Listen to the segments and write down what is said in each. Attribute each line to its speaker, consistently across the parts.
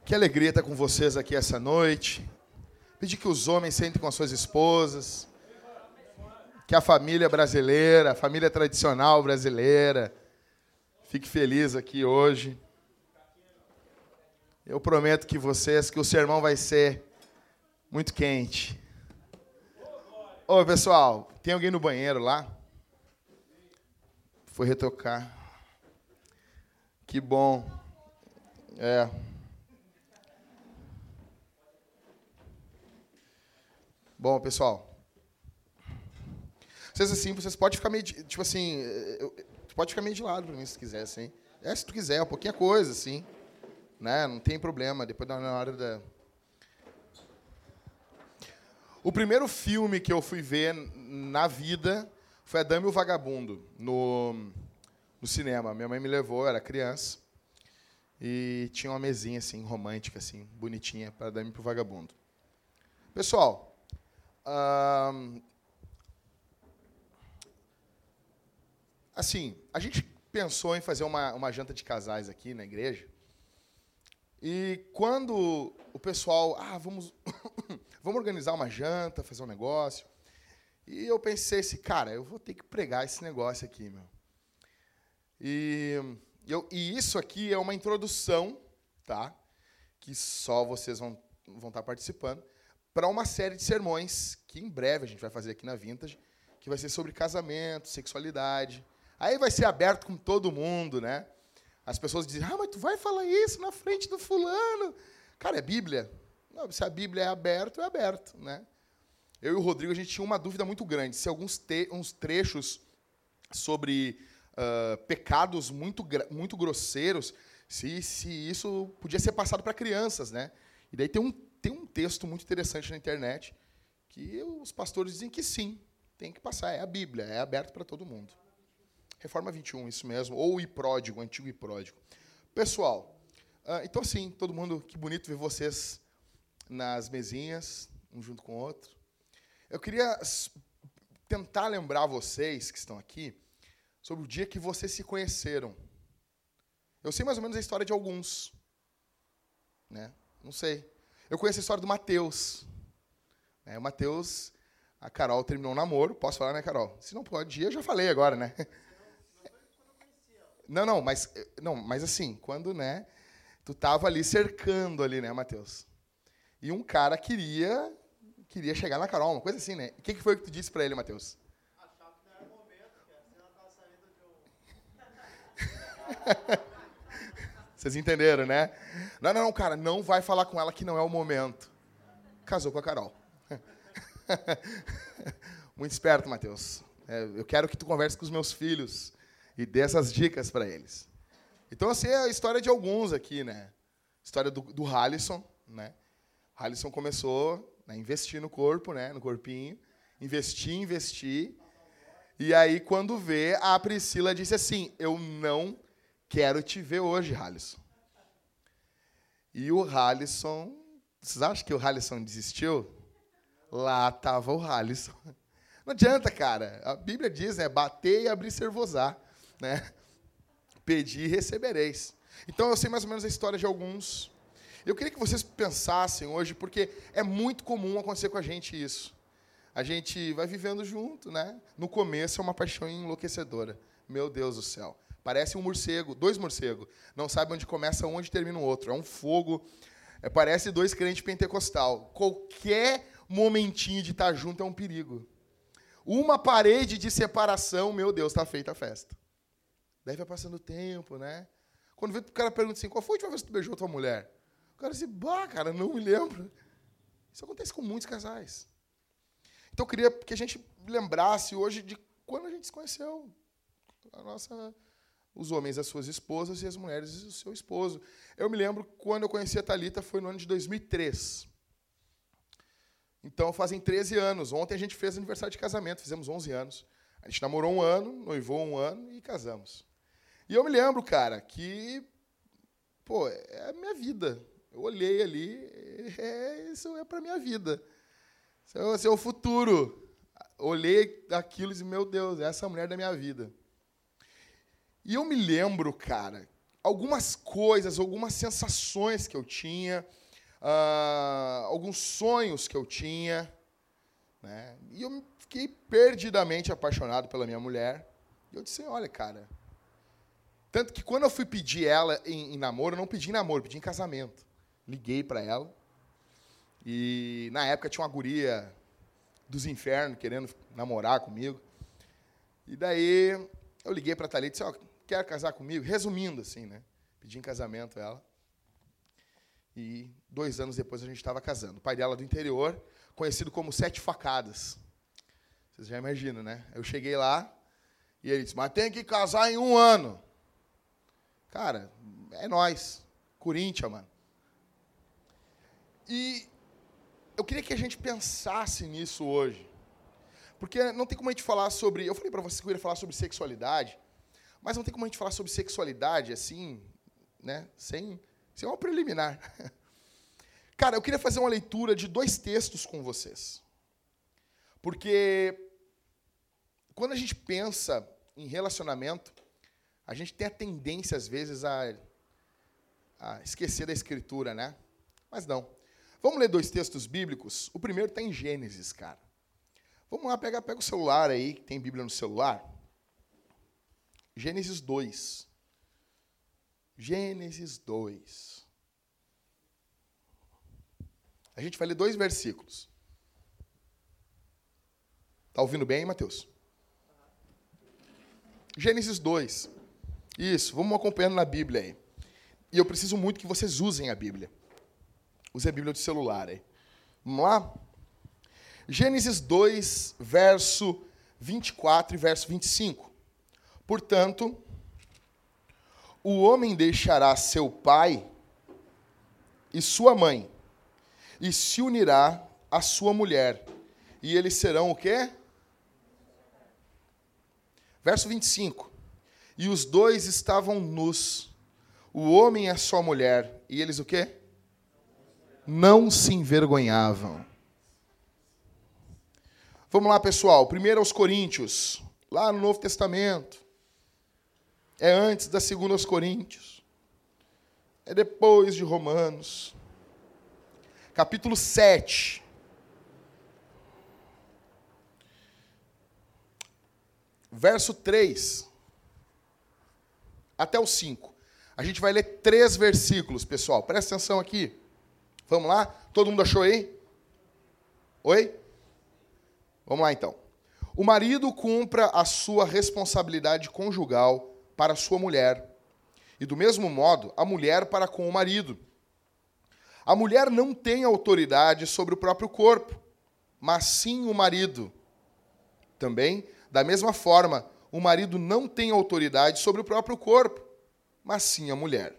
Speaker 1: Que alegria estar com vocês aqui essa noite. Pedir que os homens sentem com as suas esposas. Que a família brasileira, a família tradicional brasileira, fique feliz aqui hoje. Eu prometo que o sermão vai ser muito quente. Ô, pessoal, tem alguém no banheiro lá? Foi retocar. Que bom. Bom, pessoal. Vocês podem ficar meio pode ficar meio de lado para mim se quiser, assim. Se tu quiser, um pouquinho coisa, assim, né? Não tem problema. Depois na hora da. O primeiro filme que eu fui ver na vida foi A Dama e o Vagabundo no cinema. Minha mãe me levou, eu era criança, e tinha uma mesinha assim romântica, assim, bonitinha para A Dama e o Vagabundo. Pessoal, assim, a gente pensou em fazer uma janta de casais aqui na igreja. E quando o pessoal, vamos organizar uma janta, fazer um negócio. E eu pensei assim, cara, eu vou ter que pregar esse negócio aqui, meu. E isso aqui é uma introdução, tá? Que só vocês vão estar participando, para uma série de sermões que em breve a gente vai fazer aqui na Vintage, que vai ser sobre casamento, sexualidade. Aí vai ser aberto com todo mundo, né? As pessoas dizem, mas tu vai falar isso na frente do fulano? Cara, é Bíblia. Não, se a Bíblia é aberto, né? Eu e o Rodrigo, a gente tinha uma dúvida muito grande. Se uns trechos sobre pecados muito grosseiros, se isso podia ser passado para crianças, né? E daí tem um texto muito interessante na internet que os pastores dizem que sim, tem que passar. É a Bíblia, é aberto para todo mundo. Reforma 21, isso mesmo. Ou o I-Pródigo, o antigo I-Pródigo. Pessoal, então assim, todo mundo, que bonito ver vocês nas mesinhas, um junto com o outro. Eu queria tentar lembrar vocês que estão aqui sobre o dia que vocês se conheceram. Eu sei mais ou menos a história de alguns, né? Não sei. Eu conheço a história do Mateus. O Mateus, a Carol terminou um namoro. Posso falar, né, Carol? Se não pode, eu já falei agora, né? Não, mas assim, quando, né, tu tava ali cercando ali, né, Mateus? E um cara queria chegar na Carol, uma coisa assim, né? O que foi que tu disse pra ele, Mateus?
Speaker 2: Achava que não era o momento, que assim ela tava saindo de um...
Speaker 1: Vocês entenderam, né? Não, cara, não vai falar com ela que não é o momento. Casou com a Carol. Muito esperto, Mateus. Eu quero que tu converse com os meus filhos e dê essas dicas para eles. Então, assim, é a história de alguns aqui, né? História do Halisson, né? O Halisson começou a investir no corpo, né? No corpinho. Investir. E aí, quando vê, a Priscila disse assim, eu não quero te ver hoje, Halisson. E o Halisson... Vocês acham que o Halisson desistiu? Lá estava o Halisson. Não adianta, cara. A Bíblia diz, né? Bater e abrir-se-vos-á, né? Pedi e recebereis. Então, eu sei mais ou menos a história de alguns. Eu queria que vocês pensassem hoje, porque é muito comum acontecer com a gente isso. A gente vai vivendo junto, né? No começo é uma paixão enlouquecedora. Meu Deus do céu. Parece um morcego, 2 morcegos. Não sabe onde começa um, onde termina o outro. É um fogo. Parece 2 crentes pentecostal. Qualquer momentinho de estar junto é um perigo. Uma parede de separação, meu Deus, está feita a festa. Daí vai passando o tempo, né? Quando vê, o cara pergunta assim, qual foi a última vez que tu beijou tua mulher? O cara diz, cara, não me lembro. Isso acontece com muitos casais. Então, eu queria que a gente lembrasse hoje de quando a gente se conheceu. Os homens, as suas esposas, e as mulheres, o seu esposo. Eu me lembro, quando eu conheci a Thalita, foi no ano de 2003. Então, fazem 13 anos. Ontem a gente fez aniversário de casamento, fizemos 11 anos. A gente namorou 1 ano, noivou 1 ano e casamos. E eu me lembro, cara, que, é a minha vida. Eu olhei ali, isso é para a minha vida. Isso é o futuro. Olhei aquilo e disse, meu Deus, essa é a mulher da minha vida. E eu me lembro, cara, algumas coisas, algumas sensações que eu tinha, alguns sonhos que eu tinha, né? E eu fiquei perdidamente apaixonado pela minha mulher. E eu disse, olha, cara... Tanto que quando eu fui pedir ela em namoro, eu não pedi em namoro, pedi em casamento. Liguei para ela. E na época tinha uma guria dos infernos querendo namorar comigo. E daí eu liguei para a Thalita e disse, quer casar comigo? Resumindo, assim, né? Pedi em casamento ela. E 2 anos depois a gente estava casando. O pai dela do interior, conhecido como 7 facadas. Vocês já imaginam, né? Eu cheguei lá e ele disse, mas tem que casar em 1 ano. Cara, é nós. Corinthians, mano. E eu queria que a gente pensasse nisso hoje. Porque não tem como a gente falar sobre... Eu falei para você que eu ia falar sobre sexualidade, mas não tem como a gente falar sobre sexualidade assim, né? Sem uma preliminar. Cara, eu queria fazer uma leitura de 2 textos com vocês. Porque quando a gente pensa em relacionamento, a gente tem a tendência, às vezes, a esquecer da Escritura, né? Mas não. Vamos ler 2 textos bíblicos? O primeiro está em Gênesis, cara. Vamos lá, pega o celular aí, que tem Bíblia no celular. Gênesis 2. Gênesis 2. A gente vai ler 2 versículos. Está ouvindo bem, Mateus? Gênesis 2. Isso, vamos acompanhando na Bíblia aí. E eu preciso muito que vocês usem a Bíblia. Use a Bíblia do celular aí. Vamos lá? Gênesis 2, verso 24 e verso 25. Portanto, o homem deixará seu pai e sua mãe, e se unirá à sua mulher, e eles serão o quê? Verso 25. E os 2 estavam nus, o homem e a sua mulher, e eles o quê? Não se envergonhavam. Vamos lá, pessoal. 1 aos Coríntios, lá no Novo Testamento. É antes da 2 aos Coríntios. É depois de Romanos. Capítulo 7. Verso 3. Até o 5. A gente vai ler 3 versículos, pessoal. Presta atenção aqui. Vamos lá? Todo mundo achou aí? Oi? Vamos lá, então. O marido cumpra a sua responsabilidade conjugal para a sua mulher, e do mesmo modo, a mulher para com o marido. A mulher não tem autoridade sobre o próprio corpo, mas sim o marido. Também, da mesma forma, o marido não tem autoridade sobre o próprio corpo, mas sim a mulher.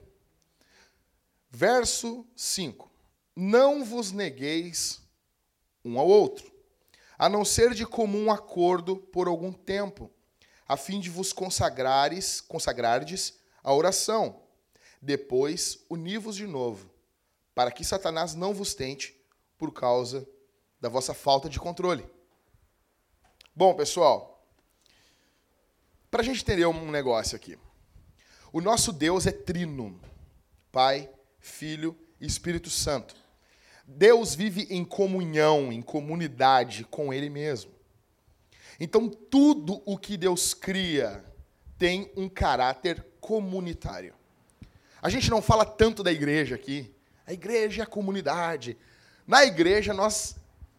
Speaker 1: Verso 5. Não vos negueis um ao outro, a não ser de comum acordo por algum tempo, a fim de vos consagrardes à oração. Depois, uni-vos de novo, para que Satanás não vos tente por causa da vossa falta de controle. Bom, pessoal, para a gente entender um negócio aqui. O nosso Deus é trino, Pai, Filho e Espírito Santo. Deus vive em comunhão, em comunidade com Ele mesmo. Então, tudo o que Deus cria tem um caráter comunitário. A gente não fala tanto da igreja aqui. A igreja é a comunidade. Na igreja, nós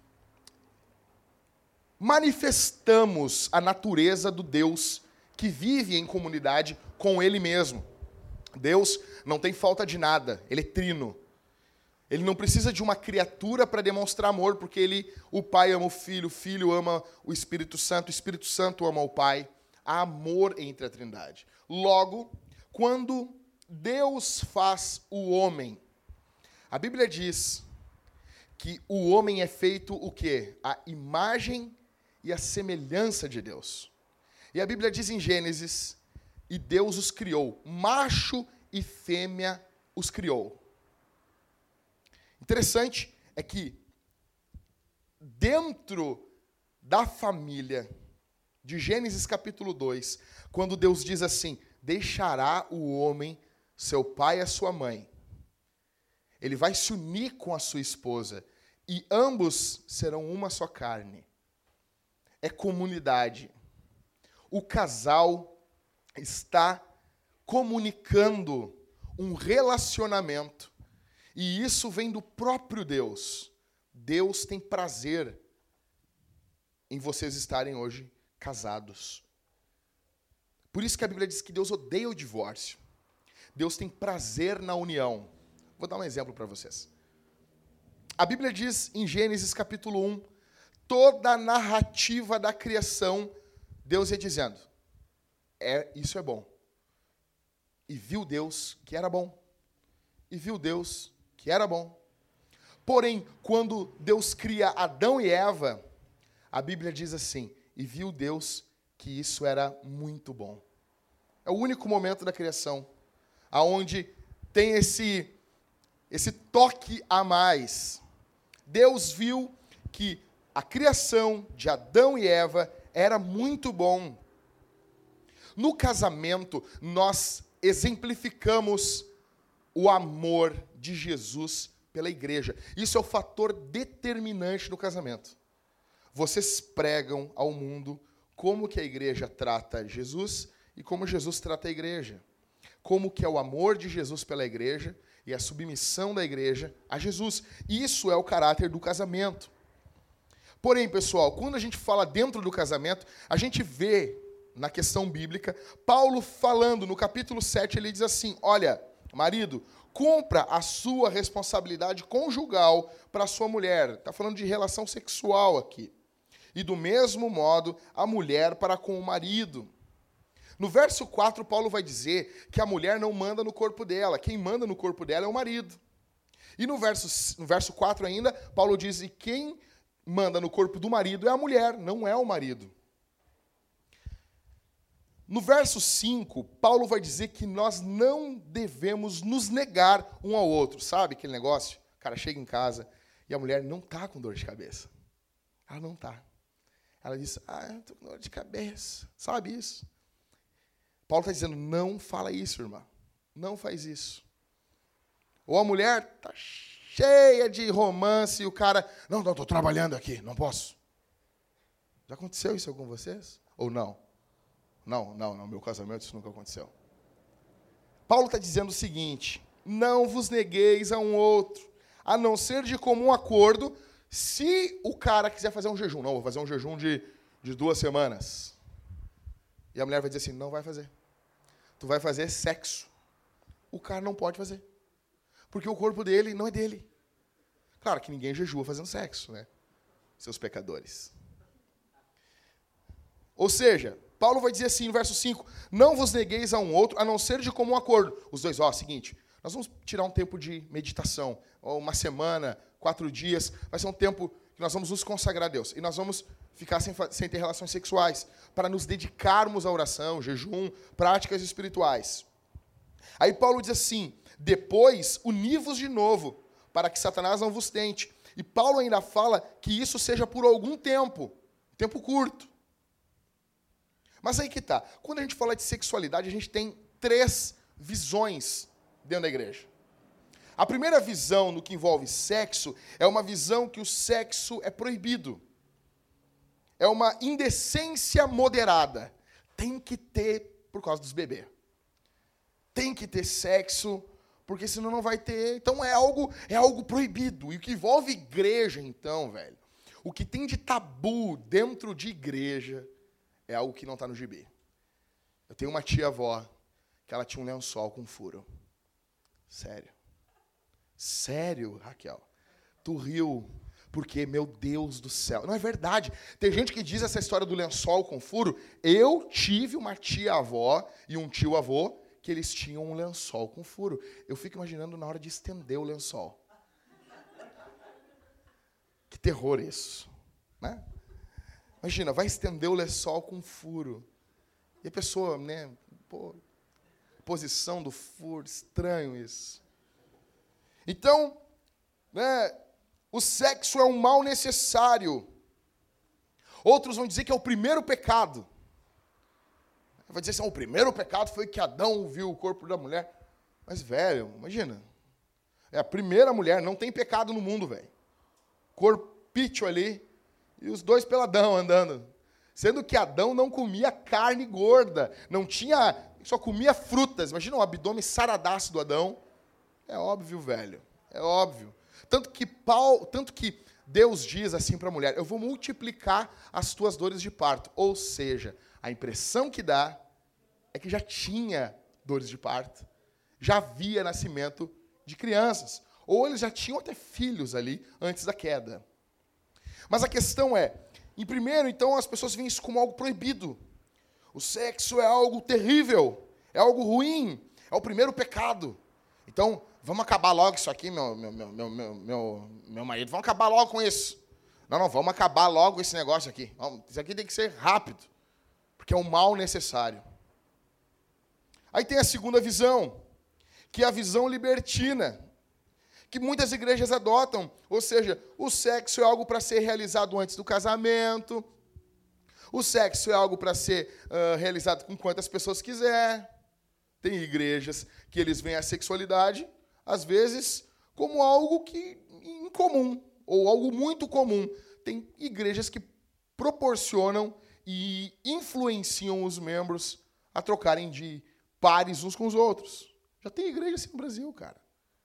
Speaker 1: manifestamos a natureza do Deus que vive em comunidade com Ele mesmo. Deus não tem falta de nada. Ele é trino. Ele não precisa de uma criatura para demonstrar amor, porque o Pai ama o Filho ama o Espírito Santo ama o Pai. Há amor entre a Trindade. Logo, quando Deus faz o homem, a Bíblia diz que o homem é feito o quê? A imagem e a semelhança de Deus. E a Bíblia diz em Gênesis, e Deus os criou, macho e fêmea os criou. Interessante é que dentro da família de Gênesis capítulo 2, quando Deus diz assim, deixará o homem seu pai e a sua mãe. Ele vai se unir com a sua esposa e ambos serão uma só carne. É comunidade. O casal está comunicando um relacionamento. E isso vem do próprio Deus. Deus tem prazer em vocês estarem hoje casados. Por isso que a Bíblia diz que Deus odeia o divórcio. Deus tem prazer na união. Vou dar um exemplo para vocês. A Bíblia diz em Gênesis capítulo 1, toda a narrativa da criação, Deus ia dizendo, isso é bom. E viu Deus que era bom. E viu Deus que era bom. Porém, quando Deus cria Adão e Eva, a Bíblia diz assim, e viu Deus que isso era muito bom. É o único momento da criação aonde tem esse toque a mais. Deus viu que a criação de Adão e Eva era muito bom. No casamento, nós exemplificamos o amor de Jesus pela igreja. Isso é o fator determinante no casamento. Vocês pregam ao mundo como que a igreja trata Jesus e como Jesus trata a igreja. Como que é o amor de Jesus pela igreja e a submissão da igreja a Jesus. Isso é o caráter do casamento. Porém, pessoal, quando a gente fala dentro do casamento, a gente vê na questão bíblica, Paulo falando no capítulo 7, ele diz assim, olha, marido, cumpra a sua responsabilidade conjugal para a sua mulher. Está falando de relação sexual aqui. E do mesmo modo, a mulher para com o marido. No verso 4, Paulo vai dizer que a mulher não manda no corpo dela. Quem manda no corpo dela é o marido. E no verso 4 ainda, Paulo diz que quem manda no corpo do marido é a mulher, não é o marido. No verso 5, Paulo vai dizer que nós não devemos nos negar um ao outro. Sabe aquele negócio? O cara chega em casa e a mulher não está com dor de cabeça. Ela não está. Ela diz, eu estou com dor de cabeça. Sabe isso? Paulo está dizendo, não fala isso, irmã. Não faz isso. Ou a mulher está cheia de romance e o cara, não, estou trabalhando aqui, não posso. Já aconteceu isso com vocês? Ou não? Não, no meu casamento isso nunca aconteceu. Paulo está dizendo o seguinte, não vos negueis a um outro, a não ser de comum acordo, se o cara quiser fazer um jejum. Não, vou fazer um jejum de 2 semanas. E a mulher vai dizer assim, não vai fazer. Tu vai fazer sexo. O cara não pode fazer. Porque o corpo dele não é dele. Claro que ninguém jejua fazendo sexo, né? Seus pecadores. Ou seja, Paulo vai dizer assim no verso 5, não vos negueis a um outro, a não ser de comum acordo. Os dois, seguinte, nós vamos tirar um tempo de meditação, uma semana, 4 dias, vai ser um tempo que nós vamos nos consagrar a Deus. E nós vamos ficar sem ter relações sexuais, para nos dedicarmos à oração, jejum, práticas espirituais. Aí Paulo diz assim, depois uni-vos de novo, para que Satanás não vos tente. E Paulo ainda fala que isso seja por algum tempo curto. Mas aí que tá, quando a gente fala de sexualidade, a gente tem 3 visões dentro da igreja. A primeira visão no que envolve sexo é uma visão que o sexo é proibido. É uma indecência moderada. Tem que ter por causa dos bebês. Tem que ter sexo, porque senão não vai ter. Então é algo proibido. E o que envolve igreja, então, velho, o que tem de tabu dentro de igreja é algo que não está no gibi. Eu tenho uma tia-avó que ela tinha um lençol com furo. Sério. Sério, Raquel? Tu riu porque, meu Deus do céu. Não é verdade. Tem gente que diz essa história do lençol com furo. Eu tive uma tia-avó e um tio-avô que eles tinham um lençol com furo. Eu fico imaginando na hora de estender o lençol. Que terror isso, né? Imagina, vai estender o lençol com furo. E a pessoa, né? Posição do furo, estranho isso. Então, né, o sexo é um mal necessário. Outros vão dizer que é o primeiro pecado. Vai dizer assim, o primeiro pecado foi que Adão viu o corpo da mulher. Mas, velho, imagina. É a primeira mulher, não tem pecado no mundo, velho. Corpício ali, e os dois peladão andando. Sendo que Adão não comia carne gorda, não tinha, só comia frutas. Imagina o abdômen saradaço do Adão. É óbvio, velho, é óbvio. Tanto que Deus diz assim para a mulher, eu vou multiplicar as tuas dores de parto. Ou seja, a impressão que dá é que já tinha dores de parto, já havia nascimento de crianças, ou eles já tinham até filhos ali antes da queda. Mas a questão é, em primeiro, então, as pessoas veem isso como algo proibido. O sexo é algo terrível, é algo ruim, é o primeiro pecado. Então, vamos acabar logo isso aqui, meu marido, vamos acabar logo com isso. Não, vamos acabar logo esse negócio aqui. Isso aqui tem que ser rápido, porque é um mal necessário. Aí tem a segunda visão, que é a visão libertina, que muitas igrejas adotam, ou seja, o sexo é algo para ser realizado antes do casamento, o sexo é algo para ser realizado com quantas pessoas quiser. Tem igrejas que eles veem a sexualidade, às vezes, como algo incomum, ou algo muito comum. Tem igrejas que proporcionam e influenciam os membros a trocarem de pares uns com os outros. Já tem igreja assim no Brasil, cara.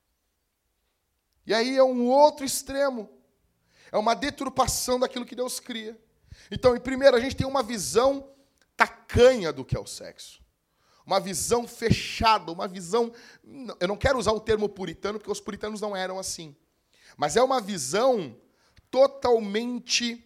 Speaker 1: E aí é um outro extremo. É uma deturpação daquilo que Deus cria. Então, primeiro, a gente tem uma visão tacanha do que é o sexo. Uma visão fechada, uma visão... Eu não quero usar o termo puritano, porque os puritanos não eram assim. Mas é uma visão totalmente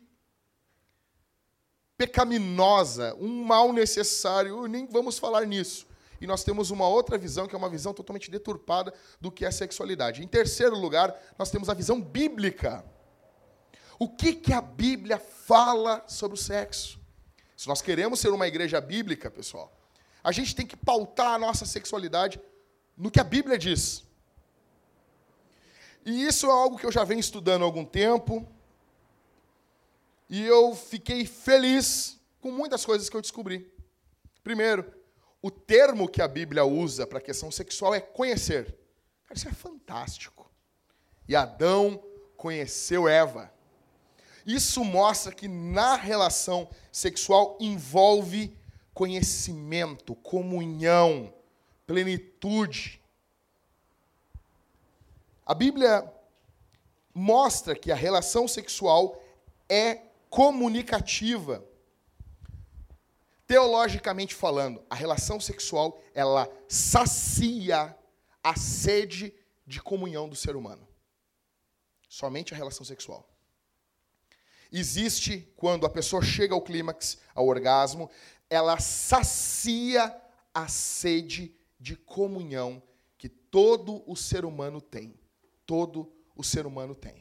Speaker 1: pecaminosa, um mal necessário, nem vamos falar nisso. E nós temos uma outra visão, que é uma visão totalmente deturpada do que é sexualidade. Em terceiro lugar, nós temos a visão bíblica. O que a Bíblia fala sobre o sexo? Se nós queremos ser uma igreja bíblica, pessoal, a gente tem que pautar a nossa sexualidade no que a Bíblia diz. E isso é algo que eu já venho estudando há algum tempo, e eu fiquei feliz com muitas coisas que eu descobri. Primeiro, o termo que a Bíblia usa para a questão sexual é conhecer. Cara, isso é fantástico. E Adão conheceu Eva. Isso mostra que na relação sexual envolve conhecimento, comunhão, plenitude. A Bíblia mostra que a relação sexual é comunicativa. Teologicamente falando, a relação sexual, ela sacia a sede de comunhão do ser humano. Somente a relação sexual. Existe, quando a pessoa chega ao clímax, ao orgasmo, ela sacia a sede de comunhão que todo o ser humano tem. Todo o ser humano tem.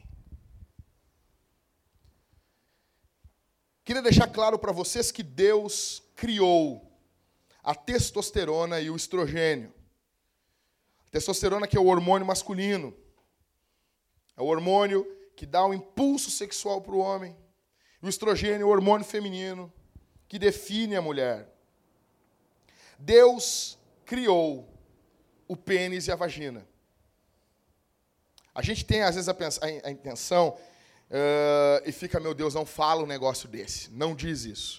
Speaker 1: Queria deixar claro para vocês que Deus criou a testosterona e o estrogênio. A testosterona, que é o hormônio masculino. É o hormônio que dá um impulso sexual para o homem. E o estrogênio, o hormônio feminino, que define a mulher. Deus criou o pênis e a vagina. A gente tem, às vezes, a intenção, e fica, meu Deus, não fala um negócio desse. Não diz isso.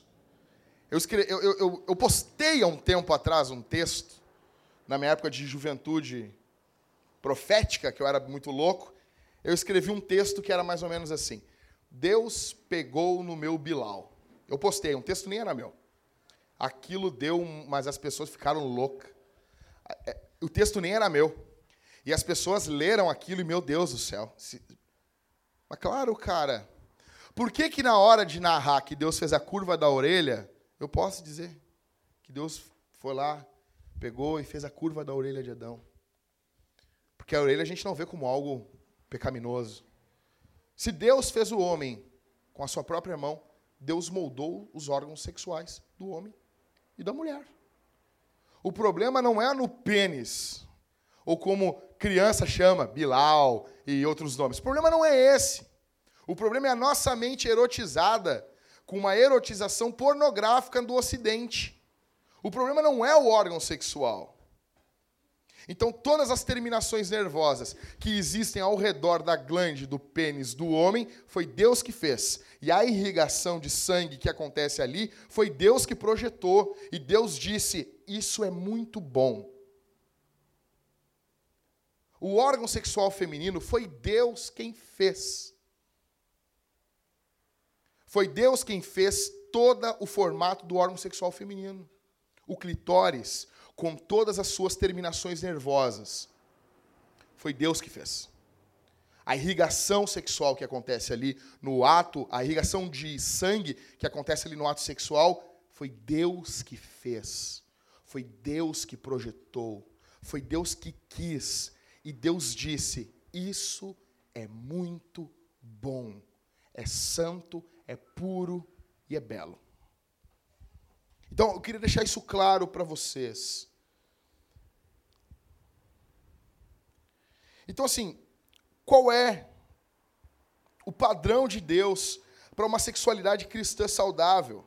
Speaker 1: Eu postei há um tempo atrás um texto, na minha época de juventude profética, que eu era muito louco. Eu escrevi um texto que era mais ou menos assim: Deus pegou no meu Bilal. Eu postei, um texto nem era meu. Aquilo deu, mas as pessoas ficaram loucas. O texto nem era meu. E as pessoas leram aquilo e, meu Deus do céu. Mas claro, cara. Por que na hora de narrar que Deus fez a curva da orelha, eu posso dizer que Deus foi lá, pegou e fez a curva da orelha de Adão? Porque a orelha a gente não vê como algo pecaminoso. Se Deus fez o homem com a sua própria mão, Deus moldou os órgãos sexuais do homem e da mulher. O problema não é no pênis, ou como criança chama, Bilal e outros nomes. O problema não é esse. O problema é a nossa mente erotizada, com uma erotização pornográfica do Ocidente. O problema não é o órgão sexual. Então, todas as terminações nervosas que existem ao redor da glande do pênis do homem, foi Deus que fez. E a irrigação de sangue que acontece ali, foi Deus que projetou. E Deus disse, isso é muito bom. O órgão sexual feminino foi Deus quem fez. Foi Deus quem fez todo o formato do órgão sexual feminino. O clitóris, com todas as suas terminações nervosas. Foi Deus que fez. A irrigação sexual que acontece ali no ato, a irrigação de sangue que acontece ali no ato sexual, foi Deus que fez. Foi Deus que projetou. Foi Deus que quis. E Deus disse, isso é muito bom. É santo, é puro e é belo. Então, eu queria deixar isso claro para vocês. Então, assim, qual é o padrão de Deus para uma sexualidade cristã saudável?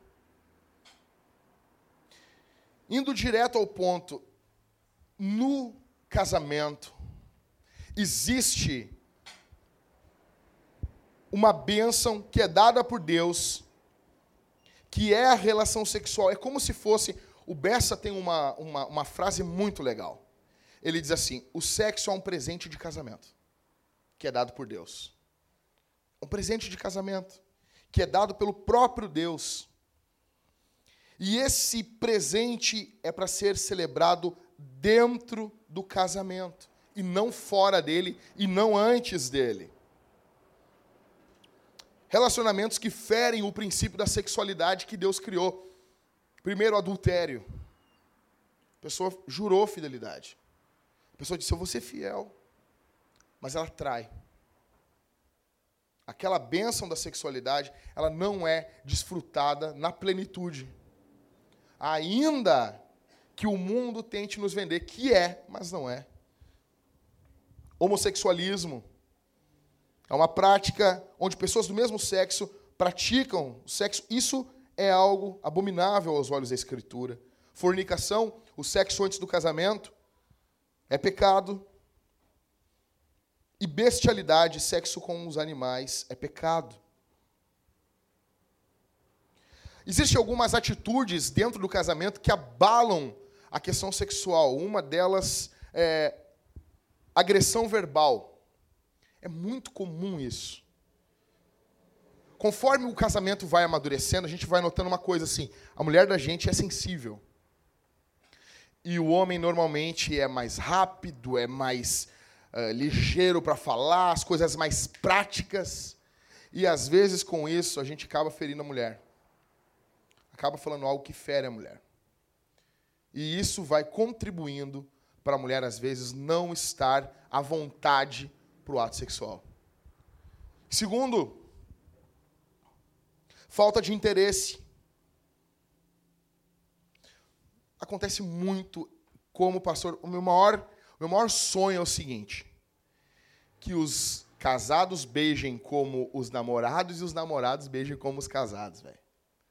Speaker 1: Indo direto ao ponto, no casamento, existe uma bênção que é dada por Deus, que é a relação sexual. É como se fosse... O Bessa tem uma frase muito legal. Ele diz assim, o sexo é um presente de casamento, que é dado por Deus. Um presente de casamento, que é dado pelo próprio Deus. E esse presente é para ser celebrado dentro do casamento, e não fora dele, e não antes dele. Relacionamentos que ferem o princípio da sexualidade que Deus criou. Primeiro, adultério. A pessoa jurou fidelidade. A pessoa disse, eu vou ser fiel. Mas ela trai. Aquela bênção da sexualidade, ela não é desfrutada na plenitude. Ainda que o mundo tente nos vender, que é, mas não é. Homossexualismo. É uma prática onde pessoas do mesmo sexo praticam o sexo. Isso é algo abominável aos olhos da Escritura. Fornicação, o sexo antes do casamento, é pecado. E bestialidade, sexo com os animais, é pecado. Existem algumas atitudes dentro do casamento que abalam a questão sexual. Uma delas é agressão verbal. É muito comum isso. Conforme o casamento vai amadurecendo, a gente vai notando uma coisa assim, a mulher da gente é sensível. E o homem normalmente é mais rápido, é mais ligeiro para falar, as coisas mais práticas. E às vezes com isso a gente acaba ferindo a mulher. Acaba falando algo que fere a mulher. E isso vai contribuindo para a mulher às vezes não estar à vontade para o ato sexual. Segundo, falta de interesse. Acontece muito, como pastor, o meu maior sonho é o seguinte, que os casados beijem como os namorados e os namorados beijem como os casados, velho.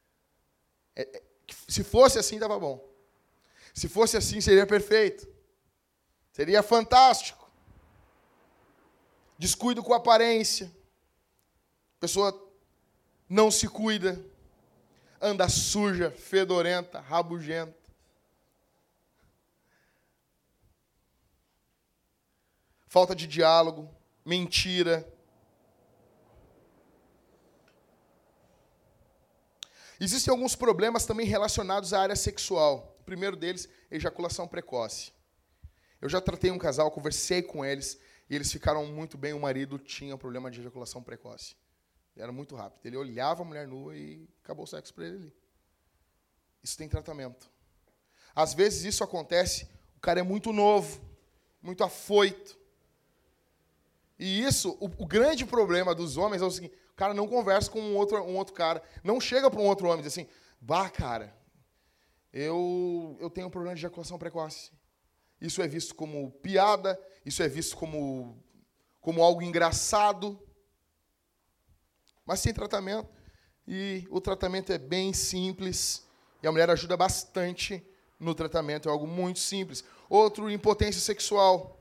Speaker 1: Se fosse assim, estava bom. Se fosse assim, seria perfeito. Seria fantástico. Descuido com a aparência. A pessoa não se cuida. Anda suja, fedorenta, rabugenta. Falta de diálogo, mentira. Existem alguns problemas também relacionados à área sexual. O primeiro deles é ejaculação precoce. Eu já tratei um casal, conversei com eles, e eles ficaram muito bem. O marido tinha um problema de ejaculação precoce. Era muito rápido. Ele olhava a mulher nua e acabou o sexo para ele ali. Isso tem tratamento. Às vezes isso acontece, o cara é muito novo, muito afoito. E isso, o grande problema dos homens é o seguinte, o cara não conversa com um outro cara, não chega para um outro homem e diz assim, bah, cara, eu tenho um problema de ejaculação precoce. Isso é visto como piada, isso é visto como algo engraçado, mas tem tratamento, e o tratamento é bem simples, e a mulher ajuda bastante no tratamento, é algo muito simples. Outro, impotência sexual.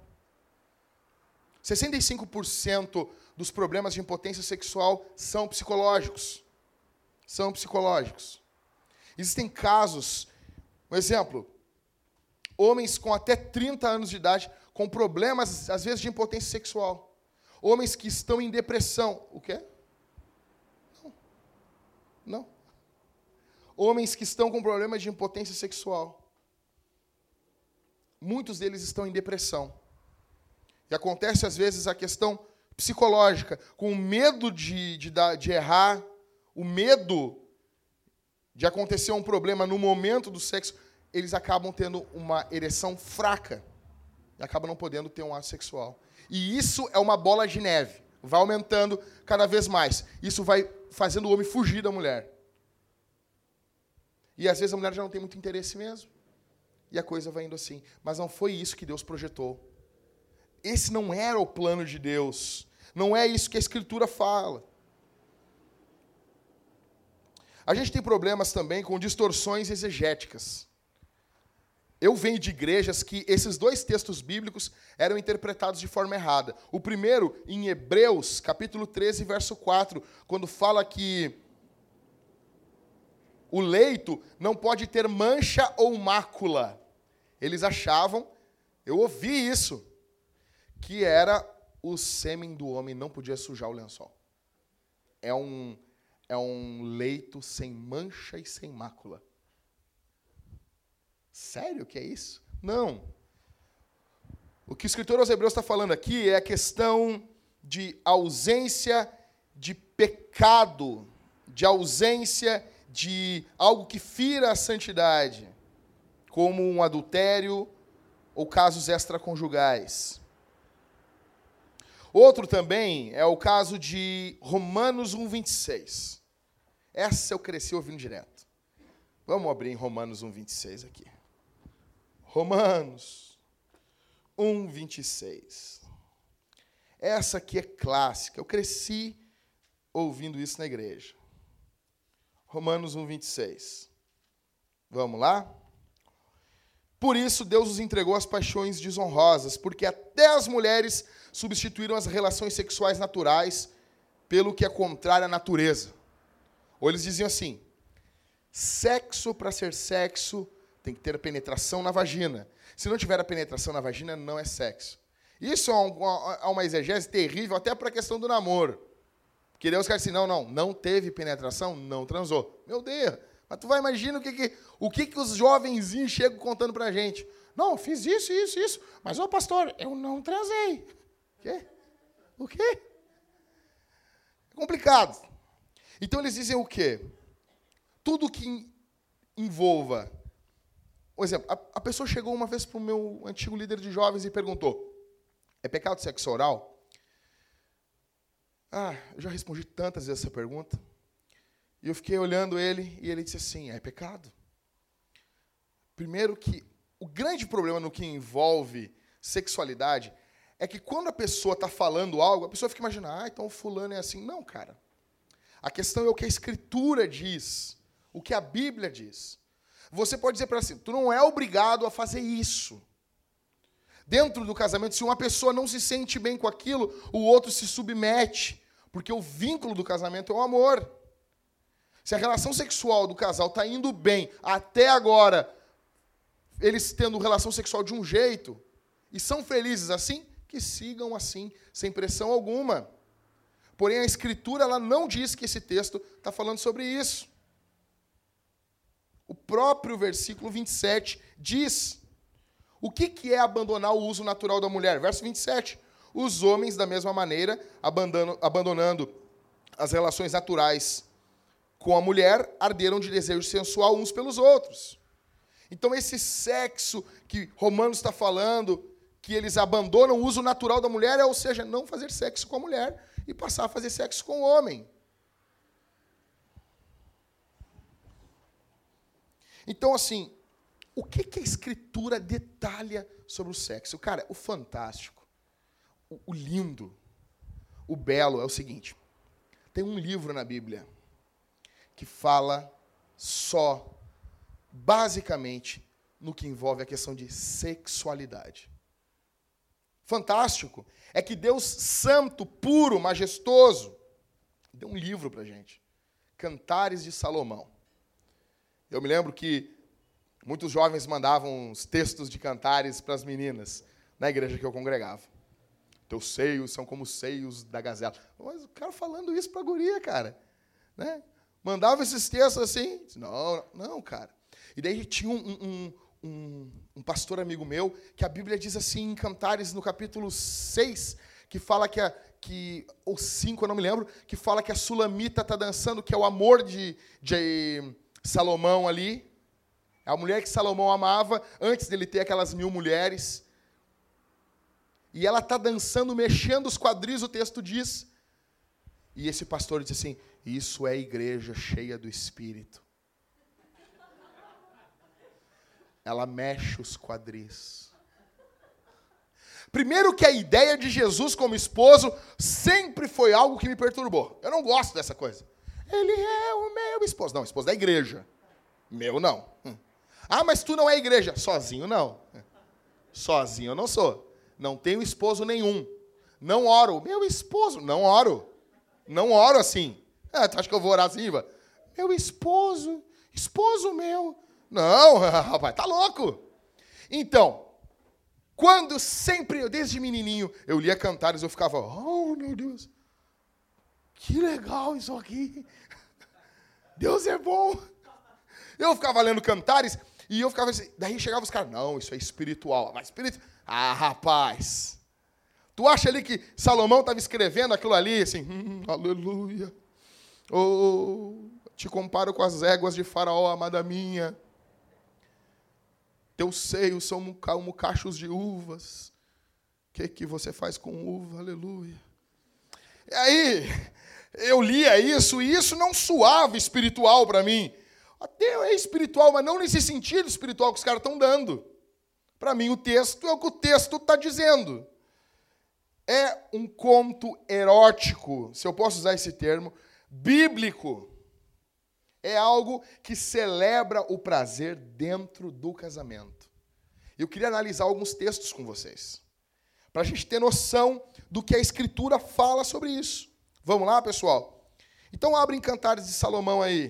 Speaker 1: 65% dos problemas de impotência sexual são psicológicos. São psicológicos. Existem casos, um exemplo, homens com até 30 anos de idade com problemas, às vezes, de impotência sexual. Homens que estão em depressão. O quê? Não. Homens que estão com problemas de impotência sexual. Muitos deles estão em depressão. E acontece, às vezes, a questão psicológica, com medo de errar, o medo de acontecer um problema no momento do sexo, eles acabam tendo uma ereção fraca e acabam não podendo ter um ato sexual. E isso é uma bola de neve. Vai aumentando cada vez mais. Isso vai fazendo o homem fugir da mulher. E às vezes a mulher já não tem muito interesse mesmo. E a coisa vai indo assim. Mas não foi isso que Deus projetou. Esse não era o plano de Deus. Não é isso que a Escritura fala. A gente tem problemas também com distorções exegéticas. Eu venho de igrejas que esses dois textos bíblicos eram interpretados de forma errada. O primeiro, em Hebreus, capítulo 13, verso 4, quando fala que o leito não pode ter mancha ou mácula. Eles achavam, eu ouvi isso, que era o sêmen do homem não podia sujar o lençol. É um leito sem mancha e sem mácula. Sério que é isso? Não. O que o escritor aos Hebreus está falando aqui é a questão de ausência de pecado, de ausência de algo que fira a santidade, como um adultério ou casos extraconjugais. Outro também é o caso de Romanos 1:26. Essa eu cresci ouvindo direto. Vamos abrir em Romanos 1:26 aqui. Romanos 1:26. Essa aqui é clássica. Eu cresci ouvindo isso na igreja. Romanos 1:26. Vamos lá? Por isso Deus os entregou às paixões desonrosas, porque até as mulheres substituíram as relações sexuais naturais pelo que é contrário à natureza. Ou eles diziam assim: sexo, para ser sexo, tem que ter penetração na vagina. Se não tiver a penetração na vagina, não é sexo. Isso é uma exegese terrível até para a questão do namoro. Porque Deus quer assim, não teve penetração, não transou. Meu Deus, mas tu vai imaginar o que os jovenzinhos chegam contando pra gente. Não, fiz isso. Mas, pastor, eu não transei. O quê? É complicado. Então eles dizem o quê? Tudo que envolva... Por exemplo, a pessoa chegou uma vez para o meu antigo líder de jovens e perguntou: é pecado sexo oral? Eu já respondi tantas vezes essa pergunta. E eu fiquei olhando ele e ele disse assim: é pecado. Primeiro que o grande problema no que envolve sexualidade é que quando a pessoa está falando algo, a pessoa fica imaginando, então o fulano é assim. Não, cara. A questão é o que a Escritura diz, o que a Bíblia diz. Você pode dizer para ela assim, tu não é obrigado a fazer isso. Dentro do casamento, se uma pessoa não se sente bem com aquilo, o outro se submete, porque o vínculo do casamento é o amor. Se a relação sexual do casal está indo bem, até agora, eles tendo relação sexual de um jeito, e são felizes assim, que sigam assim, sem pressão alguma. Porém, a Escritura ela não diz que esse texto está falando sobre isso. O próprio versículo 27 diz o que é abandonar o uso natural da mulher. Verso 27. Os homens, da mesma maneira, abandonando as relações naturais com a mulher, arderam de desejo sensual uns pelos outros. Então, esse sexo que Romanos está falando, que eles abandonam o uso natural da mulher, ou seja, não fazer sexo com a mulher e passar a fazer sexo com o homem. Então, assim, o que a Escritura detalha sobre o sexo? Cara, o fantástico, o lindo, o belo é o seguinte. Tem um livro na Bíblia que fala só, basicamente, no que envolve a questão de sexualidade. Fantástico é que Deus santo, puro, majestoso, deu um livro pra gente, Cantares de Salomão. Eu me lembro que muitos jovens mandavam os textos de cantares para as meninas na igreja que eu congregava. Teus seios são como os seios da gazela. Mas o cara falando isso para a guria, cara. Né? Mandava esses textos assim. Não, cara. E daí tinha um pastor amigo meu, que a Bíblia diz assim, em Cantares, no capítulo 6, que fala ou 5, eu não me lembro, que fala que a Sulamita está dançando, que é o amor de Salomão ali. A mulher que Salomão amava, antes dele ter aquelas 1000 mulheres. E ela está dançando, mexendo os quadris, o texto diz. E esse pastor diz assim, isso é igreja cheia do Espírito. Ela mexe os quadris. Primeiro que a ideia de Jesus como esposo sempre foi algo que me perturbou. Eu não gosto dessa coisa. Ele é o meu esposo. Não, esposo da igreja. Meu não. Ah, mas tu não é igreja. Sozinho não. Sozinho eu não sou. Não tenho esposo nenhum. Não oro. Meu esposo. Não oro. Não oro assim. Tu acha que eu vou orar assim, Iva? Meu esposo. Esposo meu. Não, rapaz, tá louco. Então, quando sempre, desde menininho, eu lia Cantares, eu ficava, oh, meu Deus, que legal isso aqui. Deus é bom. Eu ficava lendo Cantares e eu ficava assim, daí chegava os caras, não, isso é espiritual. Mas ah, rapaz, tu acha ali que Salomão estava escrevendo aquilo ali, assim, aleluia. Oh, te comparo com as éguas de Faraó, amada minha. Teus seios são como cachos de uvas. O que você faz com uva? Aleluia. E aí, eu lia isso, e isso não soava espiritual para mim. Até é espiritual, mas não nesse sentido espiritual que os caras estão dando. Para mim, o texto é o que o texto está dizendo. É um conto erótico, se eu posso usar esse termo, bíblico. É algo que celebra o prazer dentro do casamento. Eu queria analisar alguns textos com vocês, para a gente ter noção do que a Escritura fala sobre isso. Vamos lá, pessoal? Então, abre em Cantares de Salomão aí.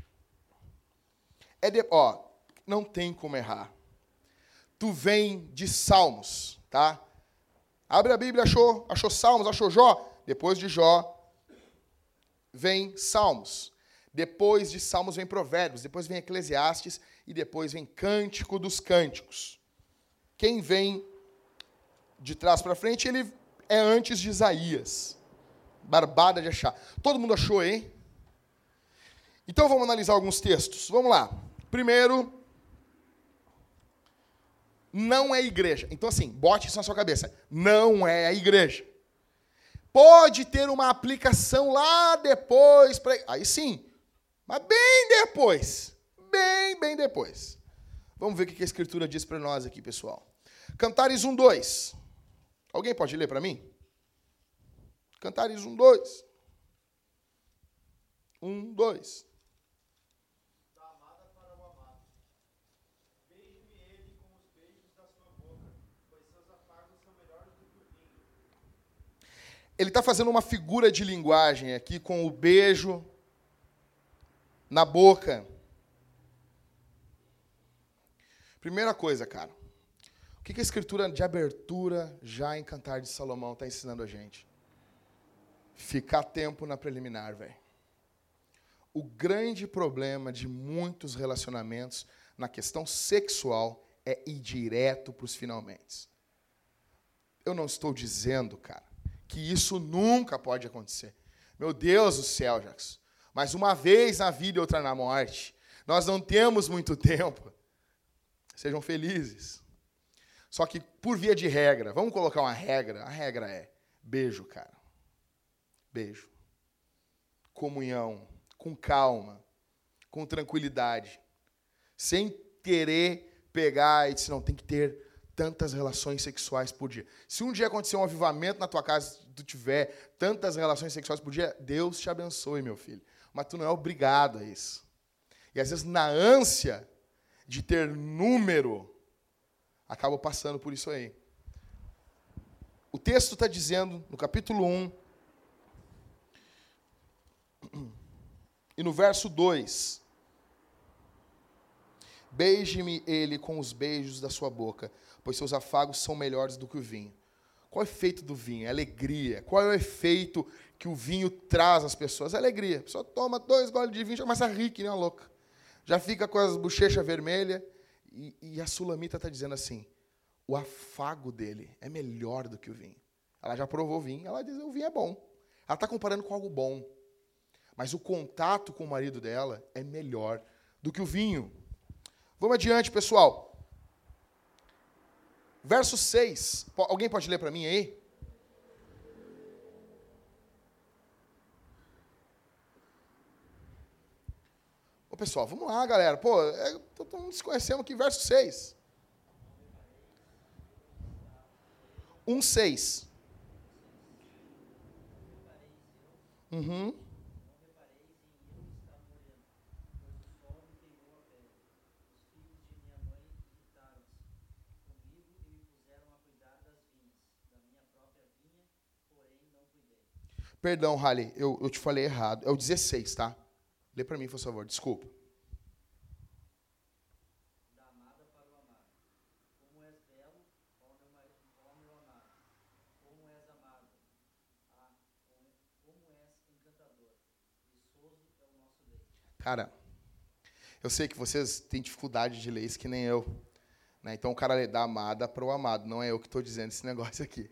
Speaker 1: Não tem como errar. Tu vem de Salmos, tá? Abre a Bíblia, achou Salmos, achou Jó? Depois de Jó, vem Salmos. Depois de Salmos vem Provérbios, depois vem Eclesiastes e depois vem Cântico dos Cânticos. Quem vem de trás para frente, ele é antes de Isaías. Barbada de achar. Todo mundo achou, hein? Então vamos analisar alguns textos. Vamos lá. Primeiro, não é igreja. Então assim, bote isso na sua cabeça. Não é a igreja. Pode ter uma aplicação lá depois. Aí sim. Mas bem depois. Bem depois. Vamos ver o que a Escritura diz para nós aqui, pessoal. Cantares 1:2. Alguém pode ler para mim? Cantares 1:2. 1:2.
Speaker 2: Da amada para o amado. Beije-me ele com os beijos da sua boca, pois seus afagos são melhores do que o vinho.
Speaker 1: Ele está fazendo uma figura de linguagem aqui com o beijo na boca. Primeira coisa, cara. O que a Escritura de abertura, já em Cantares de Salomão, está ensinando a gente? Ficar tempo na preliminar, velho. O grande problema de muitos relacionamentos na questão sexual é ir direto para os finalmente. Eu não estou dizendo, cara, que isso nunca pode acontecer. Meu Deus do céu, Jackson. Mas uma vez na vida e outra na morte. Nós não temos muito tempo. Sejam felizes. Só que, por via de regra, vamos colocar uma regra. A regra é beijo, cara. Beijo. Comunhão. Com calma. Com tranquilidade. Sem querer pegar e dizer, não, tem que ter tantas relações sexuais por dia. Se um dia acontecer um avivamento na tua casa, se tu tiver tantas relações sexuais por dia, Deus te abençoe, meu filho. Mas tu não é obrigado a isso. E às vezes, na ânsia de ter número, acabam passando por isso aí. O texto está dizendo, no capítulo 1, e no verso 2, beije-me ele com os beijos da sua boca, pois seus afagos são melhores do que o vinho. Qual é o efeito do vinho? É alegria. Qual é o efeito que o vinho traz às pessoas? É alegria. A pessoa toma 2 goles de vinho, já começa a rir que nem uma louca. Já fica com as bochechas vermelhas. E a Sulamita está dizendo assim, o afago dele é melhor do que o vinho. Ela já provou o vinho, ela diz que o vinho é bom. Ela está comparando com algo bom. Mas o contato com o marido dela é melhor do que o vinho. Vamos adiante, pessoal. Verso 6. Alguém pode ler para mim aí? Ô, pessoal, vamos lá, galera. Pô, todo mundo se conhecemos aqui. Verso 6. 1:6. Uhum. Perdão, Rally, eu te falei errado. É o 16, tá? Lê para mim, por favor. Desculpa.
Speaker 2: Da amada para o amado. Como és belo, ó meu amado. Como és amado. Ah, como és encantador. Viçoso é o nosso leite.
Speaker 1: Cara, eu sei que vocês têm dificuldade de ler isso que nem eu. Né? Então o cara lê da amada para o amado. Não é eu que estou dizendo esse negócio aqui.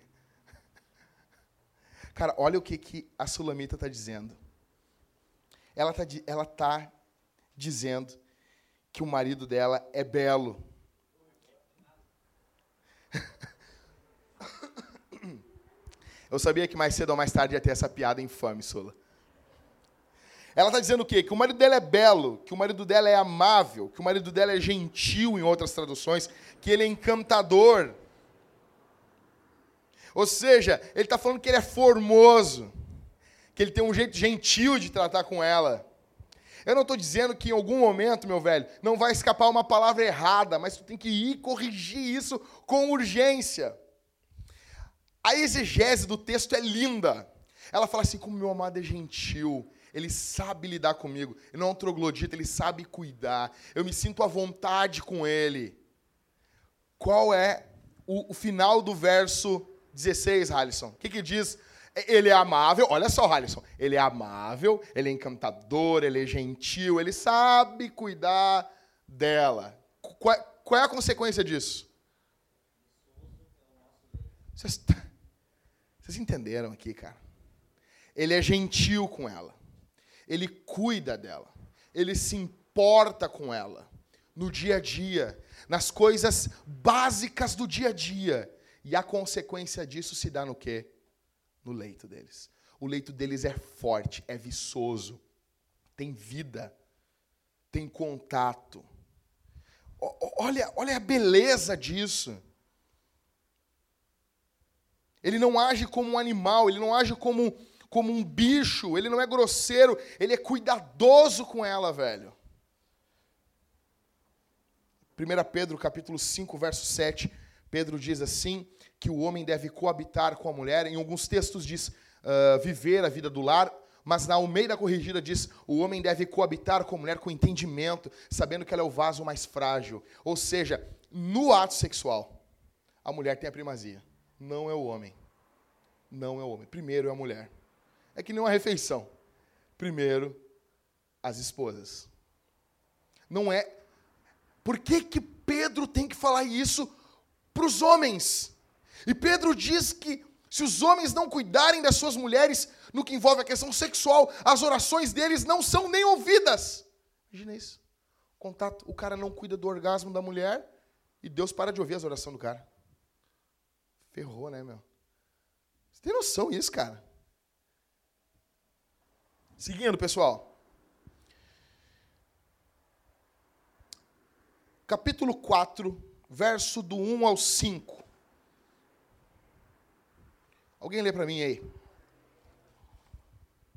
Speaker 1: Cara, olha o que a Sulamita está dizendo. Ela tá dizendo que o marido dela é belo. Eu sabia que mais cedo ou mais tarde ia ter essa piada infame, Sula. Ela está dizendo o quê? Que o marido dela é belo, que o marido dela é amável, que o marido dela é gentil, em outras traduções, que ele é encantador. Ou seja, ele está falando que ele é formoso, que ele tem um jeito gentil de tratar com ela. Eu não estou dizendo que em algum momento, meu velho, não vai escapar uma palavra errada, mas tu tem que ir corrigir isso com urgência. A exegese do texto é linda. Ela fala assim, como meu amado é gentil, ele sabe lidar comigo, ele não é um troglodita, ele sabe cuidar, eu me sinto à vontade com ele. Qual é o final do verso 16, Halisson? O que diz? Ele é amável, olha só, Halisson, ele é amável, ele é encantador, ele é gentil, ele sabe cuidar dela. Qual é a consequência disso? Vocês entenderam aqui, cara? Ele é gentil com ela, ele cuida dela, ele se importa com ela, no dia a dia, nas coisas básicas do dia a dia. E a consequência disso se dá no quê? No leito deles. O leito deles é forte, é viçoso, tem vida, tem contato. Olha a beleza disso. Ele não age como um animal, ele não age como um bicho, ele não é grosseiro, ele é cuidadoso com ela, velho. 1 Pedro, capítulo 5, verso 7, Pedro diz assim, que o homem deve coabitar com a mulher. Em alguns textos diz viver a vida do lar, mas na Almeida Corrigida diz o homem deve coabitar com a mulher com entendimento, sabendo que ela é o vaso mais frágil. Ou seja, no ato sexual, a mulher tem a primazia. Não é o homem. Não é o homem. Primeiro é a mulher. É que nem uma refeição. Primeiro, as esposas. Não é... Por que Pedro tem que falar isso para os homens? E Pedro diz que se os homens não cuidarem das suas mulheres no que envolve a questão sexual, as orações deles não são nem ouvidas. Imagina isso. Contato, o cara não cuida do orgasmo da mulher e Deus para de ouvir as orações do cara. Ferrou, né, meu? Você tem noção disso, cara? Seguindo, pessoal. Capítulo 4, verso do 1 ao 5. Alguém lê para mim aí.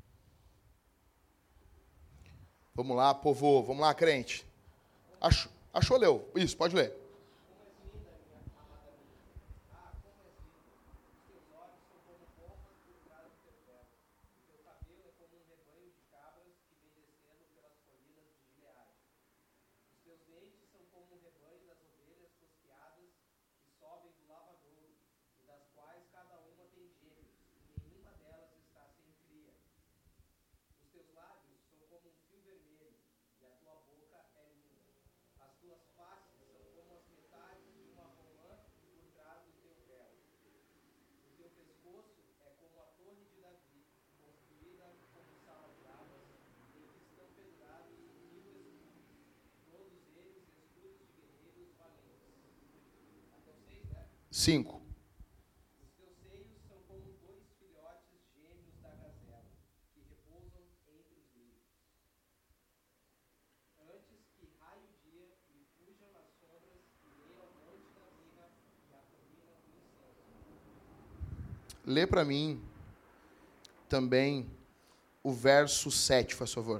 Speaker 1: Vamos lá, povo. Vamos lá, crente. Achou, leu. Isso, pode ler. Cinco. Lê para mim também o verso 7, faz favor.